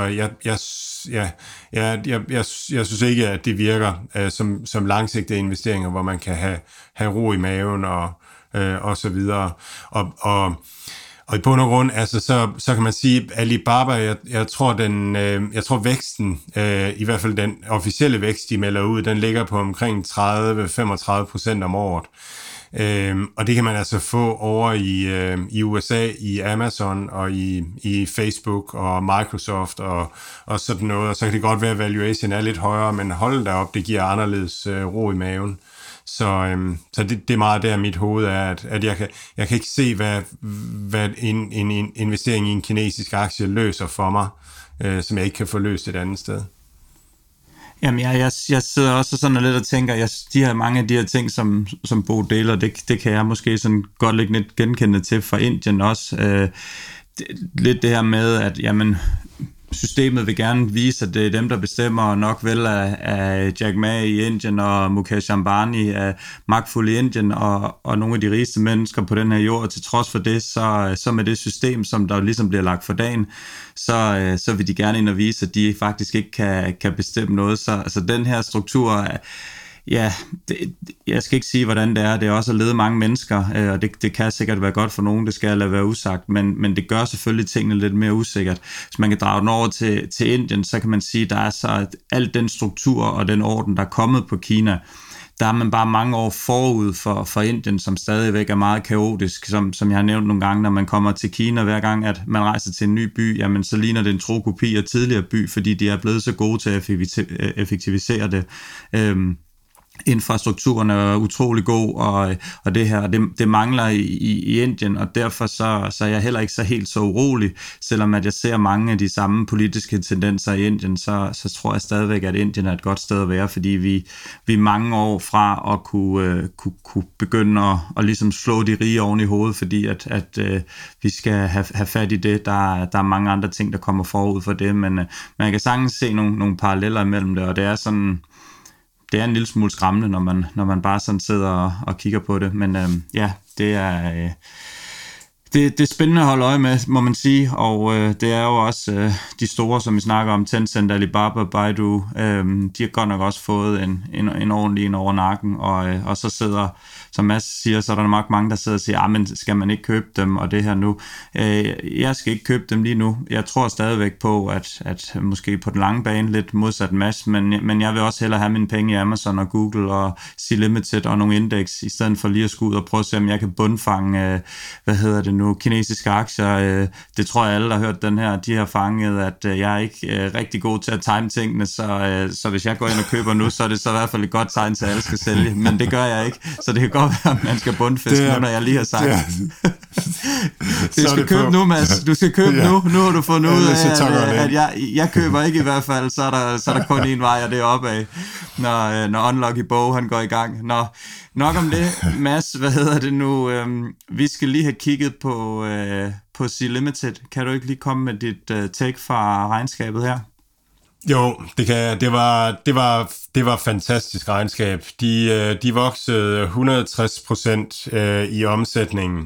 jeg synes ikke, at det virker som langsigtede investeringer, hvor man kan have ro i maven og så videre. Og i bund og grund, altså så kan man sige, Alibaba, jeg tror væksten, i hvert fald den officielle vækst, de melder ud, den ligger på omkring 30-35% om året. Og det kan man altså få over i USA, i Amazon og i Facebook og Microsoft og sådan noget. Og så kan det godt være, at valuation er lidt højere, men hold da op, det giver anderledes ro i maven. Så det er meget der, mit hoved er, at jeg kan ikke se, hvad en investering i en kinesisk aktie løser for mig, som jeg ikke kan få løst et andet sted. Jamen, jeg sidder også sådan lidt og tænker, de her mange af de her ting, som Bo deler, det kan jeg måske sådan godt lægge lidt genkende til fra Indien også. Lidt det her med, at jamen, systemet vil gerne vise, at det er dem, der bestemmer, og nok vel af Jack Ma i Indien og Mukesh Ambani er magtfulde i Indien og nogle af de rigeste mennesker på den her jord. Til trods for det, så med det system, som der ligesom bliver lagt for dagen, så vil de gerne ind og vise, at de faktisk ikke kan bestemme noget. Så den her struktur ja, jeg skal ikke sige, hvordan det er. Det er også at lede mange mennesker, og det kan sikkert være godt for nogen, det skal jeg lade være usagt, men det gør selvfølgelig tingene lidt mere usikkert. Hvis man kan drage den over til Indien, så kan man sige, at der er så alt den struktur og den orden, der er kommet på Kina, der er man bare mange år forud for Indien, som stadigvæk er meget kaotisk, som jeg har nævnt nogle gange, når man kommer til Kina, hver gang at man rejser til en ny by, jamen så ligner det en tro kopi af tidligere by, fordi de er blevet så gode til at effektivisere det. infrastrukturen er utrolig god, og det her, det mangler i Indien, og derfor så er jeg heller ikke så helt så urolig, selvom at jeg ser mange af de samme politiske tendenser i Indien, så tror jeg stadigvæk, at Indien er et godt sted at være, fordi vi er mange år fra at kunne begynde at ligesom slå de rige oven i hovedet, fordi at vi skal have fat i det. Der er mange andre ting, der kommer forud for det, men man kan sagtens se nogle paralleller imellem det, og det er sådan... Det er en lille smule skræmmende, når man bare sådan sidder og kigger på det, men det er... Det er spændende at holde øje med, må man sige, og det er jo også de store, som vi snakker om, Tencent, Alibaba, Baidu, de har godt nok også fået en ordentlig en over nakken, og så sidder, som Mads siger, så er der nok mange, der sidder og siger, men skal man ikke købe dem, og det her nu. Jeg skal ikke købe dem lige nu. Jeg tror stadigvæk på, at måske på den lange bane, lidt modsat Mads, men jeg vil også hellere have mine penge i Amazon og Google og C-Limited og nogle indeks, i stedet for lige at skulle ud og prøve at se, om jeg kan bundfange, kinesiske aktier. Det tror jeg alle, der har hørt den her, de har fanget, at jeg er ikke rigtig god til at time tingene, så hvis jeg går ind og køber nu, så er det så i hvert fald et godt tegn til, at alle skal sælge, men det gør jeg ikke, så det kan godt være, at man skal bundfiske nu, når jeg lige har sagt. Du skal købe nu, Mads. Du skal købe nu. Nu har du fundet ud af, at jeg køber ikke i hvert fald, så er der kun en vej, og det er opad, når Unlucky Bo, han går i gang. Nok om det, Mads, vi skal lige have kigget på C-Limited. Kan du ikke lige komme med dit take fra regnskabet her? Jo, det kan jeg. Det var fantastisk regnskab. De voksede 160% i omsætningen,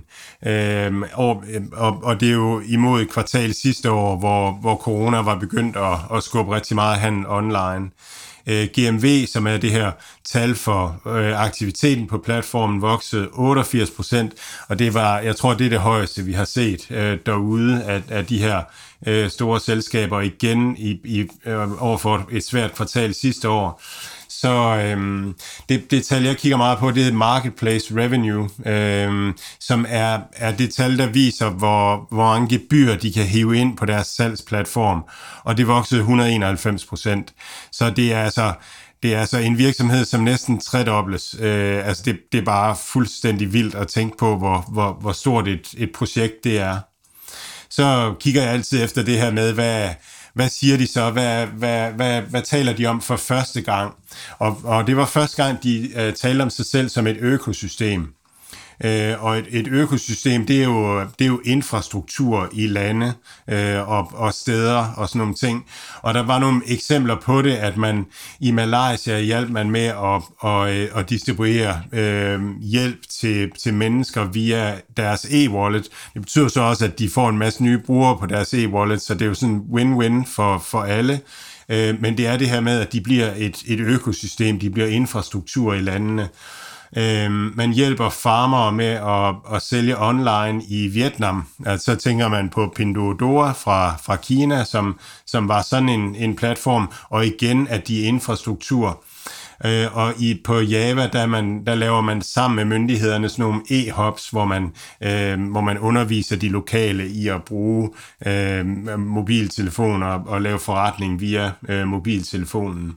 og det er jo imod et kvartal sidste år, hvor corona var begyndt at skubbe rigtig meget handel online. GMV, som er det her tal for aktiviteten på platformen, voksede 88%, og det var, jeg tror, det er det højeste, vi har set derude af de her store selskaber igen overfor et svært kvartal sidste år. Så det tal, jeg kigger meget på, det er Marketplace Revenue, som er det tal, der viser, hvor mange gebyrer de kan hive ind på deres salgsplatform, og det voksede 191%. Så det er altså en virksomhed, som næsten tredobles. Det er bare fuldstændig vildt at tænke på, hvor stort et projekt det er. Så kigger jeg altid efter det her med, hvad siger de så? Hvad taler de om for første gang? Og det var første gang, de talte om sig selv som et økosystem. Og et økosystem, det er jo infrastruktur i lande og steder og sådan nogle ting. Og der var nogle eksempler på det, at man i Malaysia hjalp man med at distribuere hjælp til mennesker via deres e-wallet. Det betyder så også, at de får en masse nye brugere på deres e-wallet, så det er jo sådan win-win for alle. Men det er det her med, at de bliver et økosystem, de bliver infrastruktur i landene. Man hjælper farmere med at sælge online i Vietnam. Altså, så tænker man på Pinduoduo fra Kina, som var sådan en platform, og igen at de infrastruktur. Og på Java, der laver man sammen med myndighederne sådan nogle e-hubs, hvor man underviser de lokale i at bruge mobiltelefoner og lave forretning via mobiltelefonen.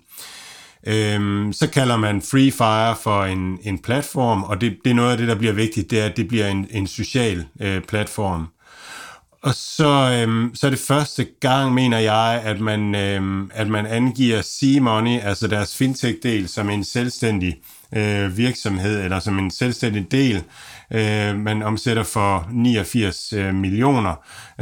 Så kalder man Free Fire for en platform, og det er noget af det, der bliver vigtigt, det er, at det bliver en social platform. Og så er det første gang, mener jeg, at man angiver C-Money, altså deres fintech-del, som en selvstændig virksomhed, eller som en selvstændig del. Man omsætter for 89 millioner,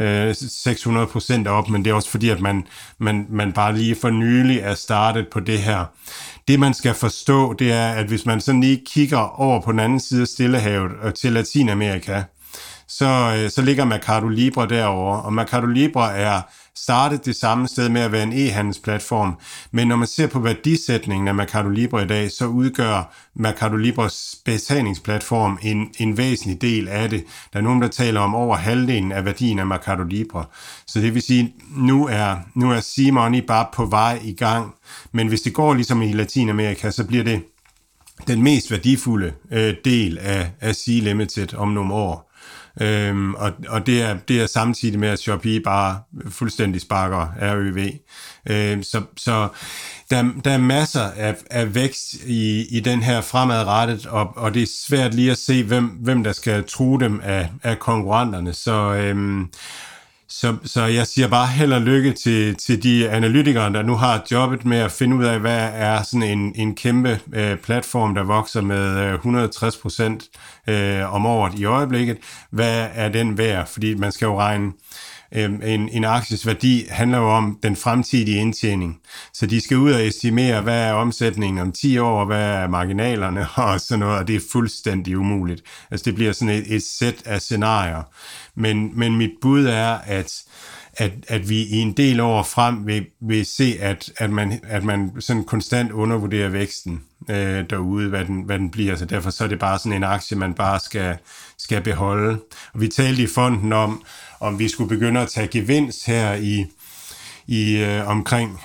600% op, men det er også fordi, at man bare lige for nylig er startet på det her. Det man skal forstå, det er, at hvis man sådan lige kigger over på den anden side af Stillehavet og til Latinamerika, så ligger Mercado Libre derovre, og Mercado Libre er startet det samme sted med at være en e-handelsplatform, men når man ser på værdisætningen af Mercado Libre i dag, så udgør Mercado Libres betalingsplatform en væsentlig del af det. Der er nogen, der taler om over halvdelen af værdien af Mercado Libre. Så det vil sige, nu er C-Money bare på vej i gang, men hvis det går ligesom i Latinamerika, så bliver det den mest værdifulde del af C-Limited om nogle år. Og det er samtidig med, at Shopee bare fuldstændig sparker RØV. Så der er masser af vækst i den her fremadrettet, og det er svært lige at se, hvem der skal true dem af konkurrenterne. Så jeg siger bare held og lykke til de analytikere, der nu har jobbet med at finde ud af, hvad er sådan en kæmpe platform, der vokser med 160% om året i øjeblikket. Hvad er den værd? Fordi man skal jo regne en akties værdi handler jo om den fremtidige indtjening. Så de skal ud og estimere, hvad er omsætningen om 10 år, hvad er marginalerne og sådan noget, og det er fuldstændig umuligt. Altså det bliver sådan et sæt af scenarier. Men mit bud er, at vi i en del år frem vil se, at man sådan konstant undervurderer væksten derude, hvad den bliver. Så derfor så er det bare sådan en aktie, man bare skal beholde. Og vi talte i fonden om vi skulle begynde at tage gevinst her i omkring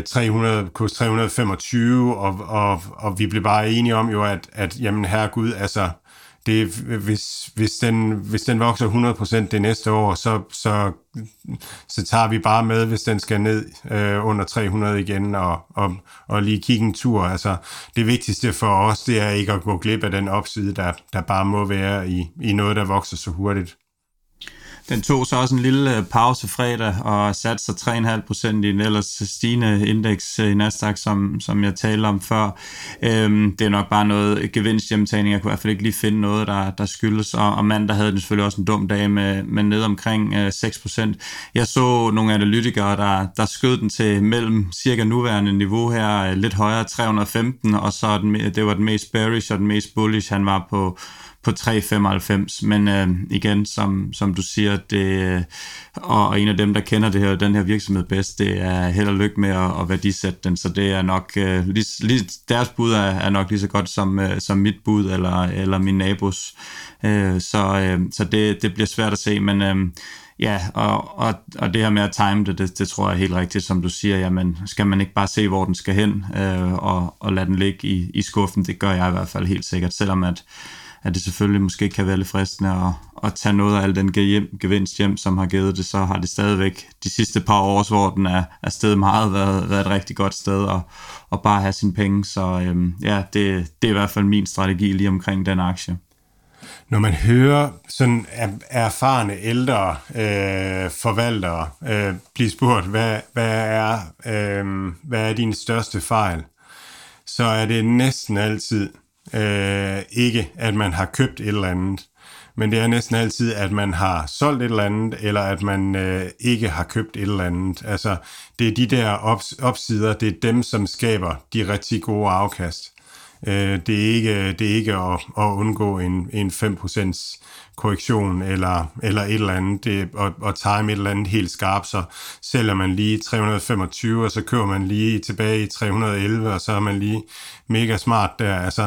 325, og vi blev bare enige om jo, at jamen herregud, altså det, hvis den vokser 100% det næste år, så tager vi bare med, hvis den skal ned under 300 igen, og lige kigge en tur. Altså, det vigtigste for os, det er ikke at gå glip af den opside, der bare må være i noget, der vokser så hurtigt. Den tog så også en lille pause fredag og satte sig 3,5% i den ellers stigende indeks i Nasdaq, som jeg talte om før. Det er nok bare noget gevinsthjemtagning. Jeg kunne i hvert fald ikke lige finde noget, der skyldes. Og mandag havde den selvfølgelig også en dum dag med ned omkring 6%. Jeg så nogle analytikere, der skød den til mellem cirka nuværende niveau her, lidt højere, 315, og så det var den mest bearish og den mest bullish. Han var på 3,95, men igen, som du siger, det, og en af dem, der kender det her, den her virksomhed bedst, det er held og lykke med at værdisætte den, så det er nok, deres bud er nok lige så godt som mit bud, eller min nabos, så det bliver svært at se, men ja, og det her med at time det tror jeg er helt rigtigt, som du siger, jamen skal man ikke bare se, hvor den skal hen, og lade den ligge i skuffen, det gør jeg i hvert fald helt sikkert, selvom at det selvfølgelig måske kan være lidt fristende at tage noget af al den gevinst hjem, som har givet det, så har det stadigvæk de sidste par år, hvor den er steget meget, været et rigtig godt sted at bare have sine penge. Så ja, det er i hvert fald min strategi lige omkring den aktie. Når man hører sådan erfarne ældre forvaltere blive spurgt, hvad er din største fejl, så er det næsten altid ikke, at man har købt et eller andet, men det er næsten altid, at man har solgt et eller andet, eller at man ikke har købt et eller andet. Altså, det er de der opsider, det er dem, som skaber de rigtig gode afkast. Det er ikke at undgå en 5% korrektion eller et eller andet, det at time et eller andet helt skarpt, så sælger man lige 325, og så kører man lige tilbage i 311, og så er man lige mega smart der. Altså,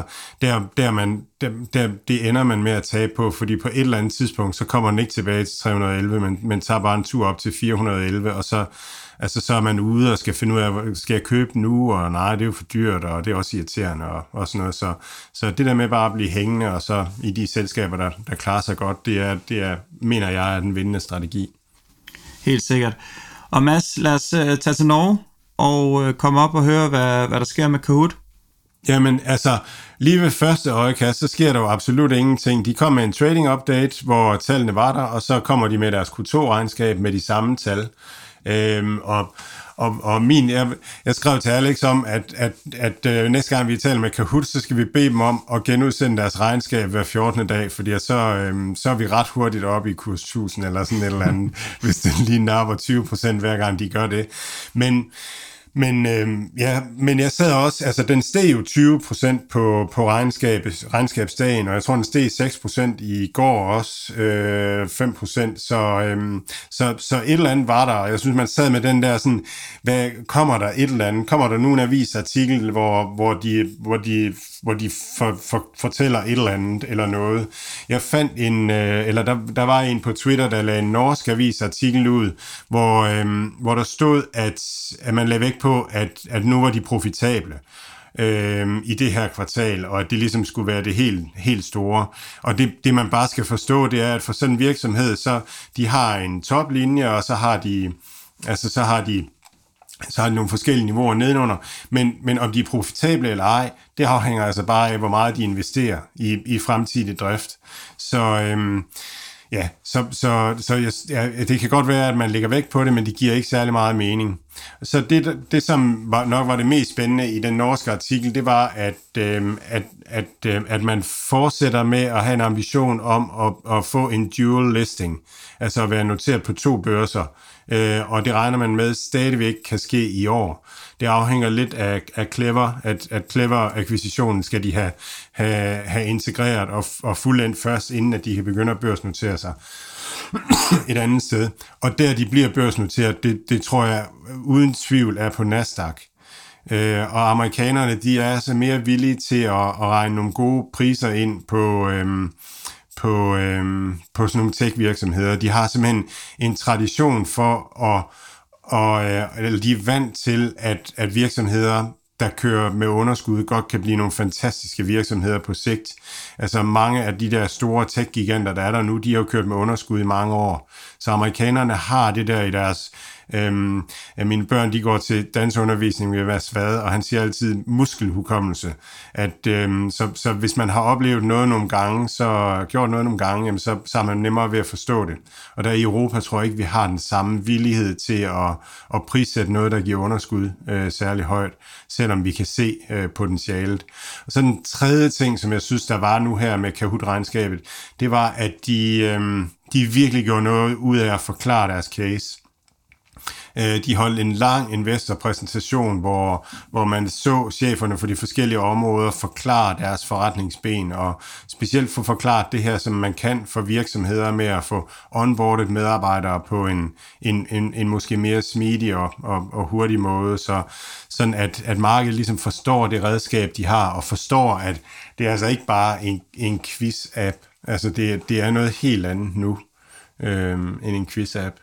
det ender man med at tabe på, fordi på et eller andet tidspunkt, så kommer den ikke tilbage til 311, men tager bare en tur op til 411, og så er man ude og skal finde ud af, skal jeg købe nu, og nej, det er jo for dyrt, og det er også irriterende, og sådan noget. Så det der med bare at blive hængende, og så i de selskaber, der klarer sig godt, det er, mener jeg, er den vindende strategi. Helt sikkert. Og Mads, lad os tage til Norge, og komme op og høre, hvad der sker med Kahoot. Jamen, altså, lige ved første øjekast, så sker der jo absolut ingenting. De kom med en trading update, hvor tallene var der, og så kommer de med deres Q2-regnskab med de samme tal. Jeg skrev til Alex om, at næste gang vi taler med Kahoot, så skal vi bede dem om at genudsende deres regnskab hver 14. dag, fordi så er vi ret hurtigt oppe i kurs 1000 eller sådan et eller andet, hvis det lige napper 20% hver gang de gør det. Men jeg sad også, altså den steg jo 20% på regnskabsdagen, og jeg tror den steg 6% i går også, 5%, så et eller andet var der, og jeg synes man sad med den der sådan, hvad kommer der et eller andet, kommer der nu en avisartikel, hvor de fortæller et eller andet eller noget. Jeg fandt der var en på Twitter, der lagde en norsk avisartikel ud, hvor der stod, at man lagde vægt på, at nu var de profitable. i det her kvartal, og at det ligesom skulle være det helt store. Og det man bare skal forstå, det er, at for sådan en virksomhed, så de har en toplinje, og så har de nogle forskellige niveauer nedenunder, men om de er profitable eller ej, det afhænger altså bare af, hvor meget de investerer i fremtidig drift. Det kan godt være, at man lægger vægt på det, men det giver ikke særlig meget mening. Så det som nok var det mest spændende i den norske artikel, det var, at man fortsætter med at have en ambition om at få en dual listing, altså at være noteret på 2 børser, og det regner man med stadigvæk kan ske i år. Det afhænger lidt af Clever, at Clever-akquisitionen skal de have integreret og fuldendt først, inden at de kan begynde at børsnotere sig et andet sted. Og der de bliver børsnoteret, det tror jeg uden tvivl er på Nasdaq. Og amerikanerne, de er altså mere villige til at regne nogle gode priser ind på sådan nogle tech-virksomheder. De har simpelthen en tradition for eller de er vant til, at virksomheder, der kører med underskud, godt kan blive nogle fantastiske virksomheder på sigt. Altså mange af de der store tech-giganter, der er der nu, de har jo kørt med underskud i mange år. Så amerikanerne har det der i deres... mine børn, de går til dansundervisning ved Mads Vade, og han siger altid muskelhukommelse, at så hvis man har oplevet noget nogle gange, jamen, så er man nemmere ved at forstå det. Og der i Europa tror jeg ikke, vi har den samme villighed til at prissætte noget, der giver underskud særlig højt, selvom vi kan se potentialet. Og så den tredje ting, som jeg synes, der var nu her med Kahoot-regnskabet, det var, at de virkelig gjorde noget ud af at forklare deres case. De holdt en lang investorpræsentation, hvor man så cheferne for de forskellige områder forklare deres forretningsben, og specielt få forklaret det her, som man kan for virksomheder med at få onboardet medarbejdere på en måske mere smidig og hurtig måde, sådan at markedet ligesom forstår det redskab, de har, og forstår, at det er altså ikke bare en quiz-app. Altså det er noget helt andet nu end en quiz-app.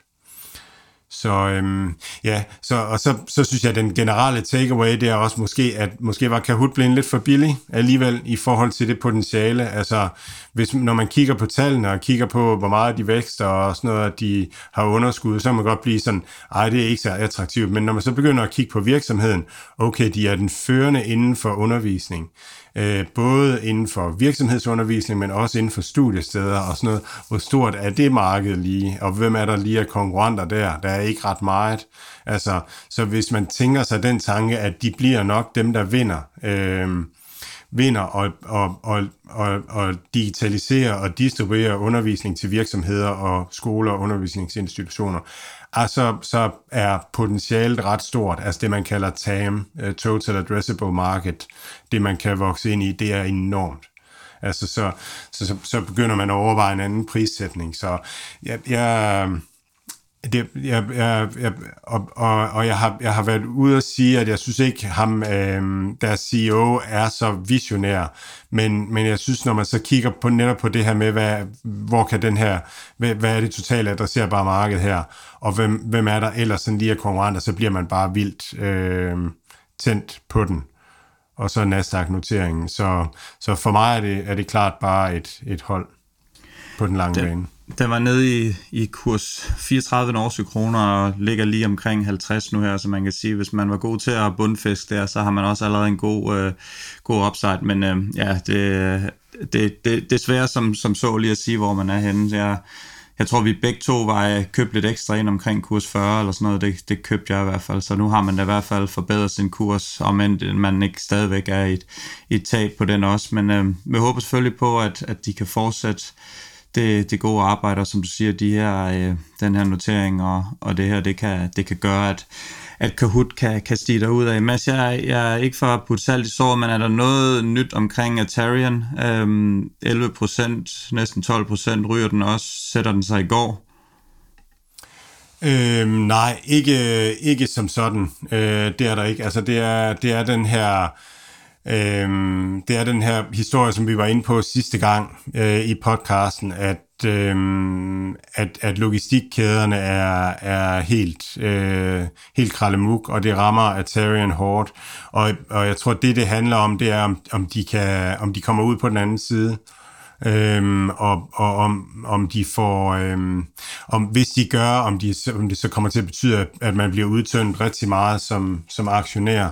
Så synes jeg, at den generelle takeaway, det er også måske var Kahoot blevet lidt for billig alligevel i forhold til det potentiale. Altså, når man kigger på tallene og kigger på, hvor meget de vækster og sådan noget, at de har underskud, så kan man godt blive sådan, det er ikke så attraktivt. Men når man så begynder at kigge på virksomheden, okay, de er den førende inden for undervisning. Både inden for virksomhedsundervisning, men også inden for studiesteder og sådan noget. Hvor stort er det marked lige, og hvem er der lige af konkurrenter der? Der er ikke ret meget. Altså, så hvis man tænker sig den tanke, at de bliver nok dem, der vinder og digitaliserer og distribuerer undervisning til virksomheder og skoler og undervisningsinstitutioner, så er potentialet ret stort. Altså det, man kalder TAM, Total Addressable Market, det man kan vokse ind i, det er enormt. Altså så begynder man at overveje en anden prissætning. Så jeg har været ude at sige, at jeg synes ikke ham, deres CEO er så visionær, men jeg synes, når man så kigger på netop på det her med, hvad er det totalt adresserbare marked her, og hvem er der ellers sådan lige af konkurrenter, så bliver man bare vildt tændt på den. Og så Nasdaq-noteringen. Så for mig er det klart bare et hold på den lange bane. Den var nede i kurs 34 norske kroner og ligger lige omkring 50 nu her, så man kan sige, hvis man var god til at bundfiske der, så har man også allerede en god upside, men det er svært som så lige at sige, hvor man er henne. Jeg tror, vi begge to var købt lidt ekstra ind omkring kurs 40 eller sådan noget. Det købte jeg i hvert fald. Så nu har man da i hvert fald forbedret sin kurs, om end man ikke stadigvæk er i et tab på den også. Men vi håber selvfølgelig på, at de kan fortsætte det gode arbejde, som du siger, den her notering og det her, det kan gøre, at Kahoot kan stige derud af. Mads, jeg er ikke for at putte salt i sår, men er der noget nyt omkring Atarian? 11%, næsten 12% ryger den også. Sætter den sig i går? Nej, ikke som sådan. Det er der ikke. Altså, det er den her... det er den her historie, som vi var inde på sidste gang i podcasten, at logistikkæderne er helt krallemuk, og det rammer Aterian hårdt. Og jeg tror, det handler om, det er, om de kommer ud på den anden side. Og om de får, hvis de gør, om det så kommer til at betyde, at man bliver udtømt rigtig meget som aktionær.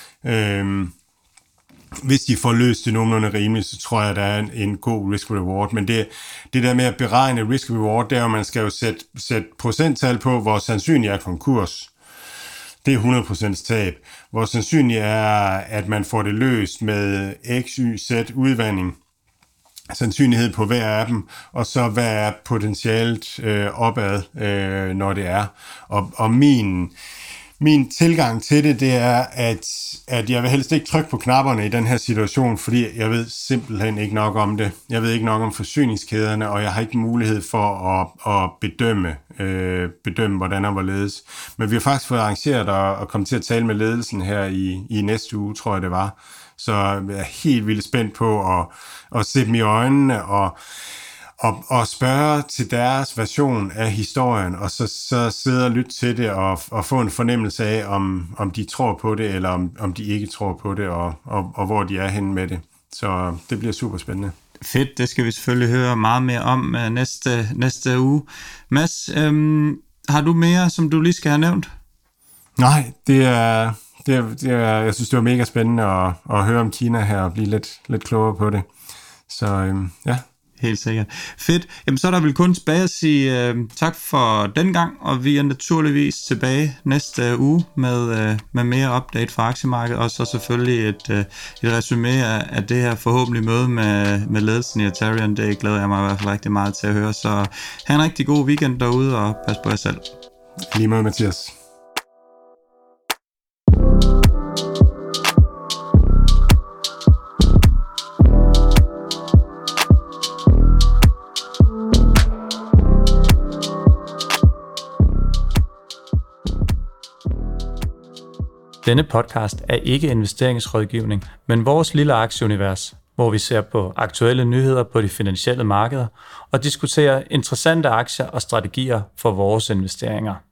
Hvis de får løst det nogenlunde rimeligt, så tror jeg, der er en god risk-reward. Men det der med at beregne risk-reward, det er, at man skal jo sætte procenttal på, hvor sandsynligt er konkurs. Det er 100% tab. Hvor sandsynligt er, at man får det løst med X, Y, Z udvandring. Sandsynlighed på hver af dem, og så hvad er potentielt opad, når det er. Og min tilgang til det er, at jeg vil helst ikke trykke på knapperne i den her situation, fordi jeg ved simpelthen ikke nok om det. Jeg ved ikke nok om forsyningskæderne, og jeg har ikke mulighed for at bedømme hvordan og hvorledes. Men vi har faktisk fået arrangeret at komme til at tale med ledelsen her i næste uge, tror jeg det var. Så jeg er helt vildt spændt på at se dem i øjnene og spørge til deres version af historien, og så sidde og lytte til det og få en fornemmelse af, om de tror på det, eller om de ikke tror på det, og hvor de er henne med det. Så det bliver super spændende. Fedt, det skal vi selvfølgelig høre meget mere om næste uge. Mads, har du mere, som du lige skal have nævnt? Nej, jeg synes, det var mega spændende at høre om Kina her og blive lidt klogere på det. Så ja. Helt sikkert. Fedt. Jamen, så er der vel kun tilbage at sige tak for den gang, og vi er naturligvis tilbage næste uge med mere update fra aktiemarkedet, og så selvfølgelig et resumé af det her forhåbentlig møde med ledelsen i Aterian. Det glæder jeg mig i hvert fald rigtig meget til at høre. Så have en rigtig god weekend derude, og pas på jer selv. Lige måde, Mathias. Denne podcast er ikke investeringsrådgivning, men vores lille aktieunivers, hvor vi ser på aktuelle nyheder på de finansielle markeder og diskuterer interessante aktier og strategier for vores investeringer.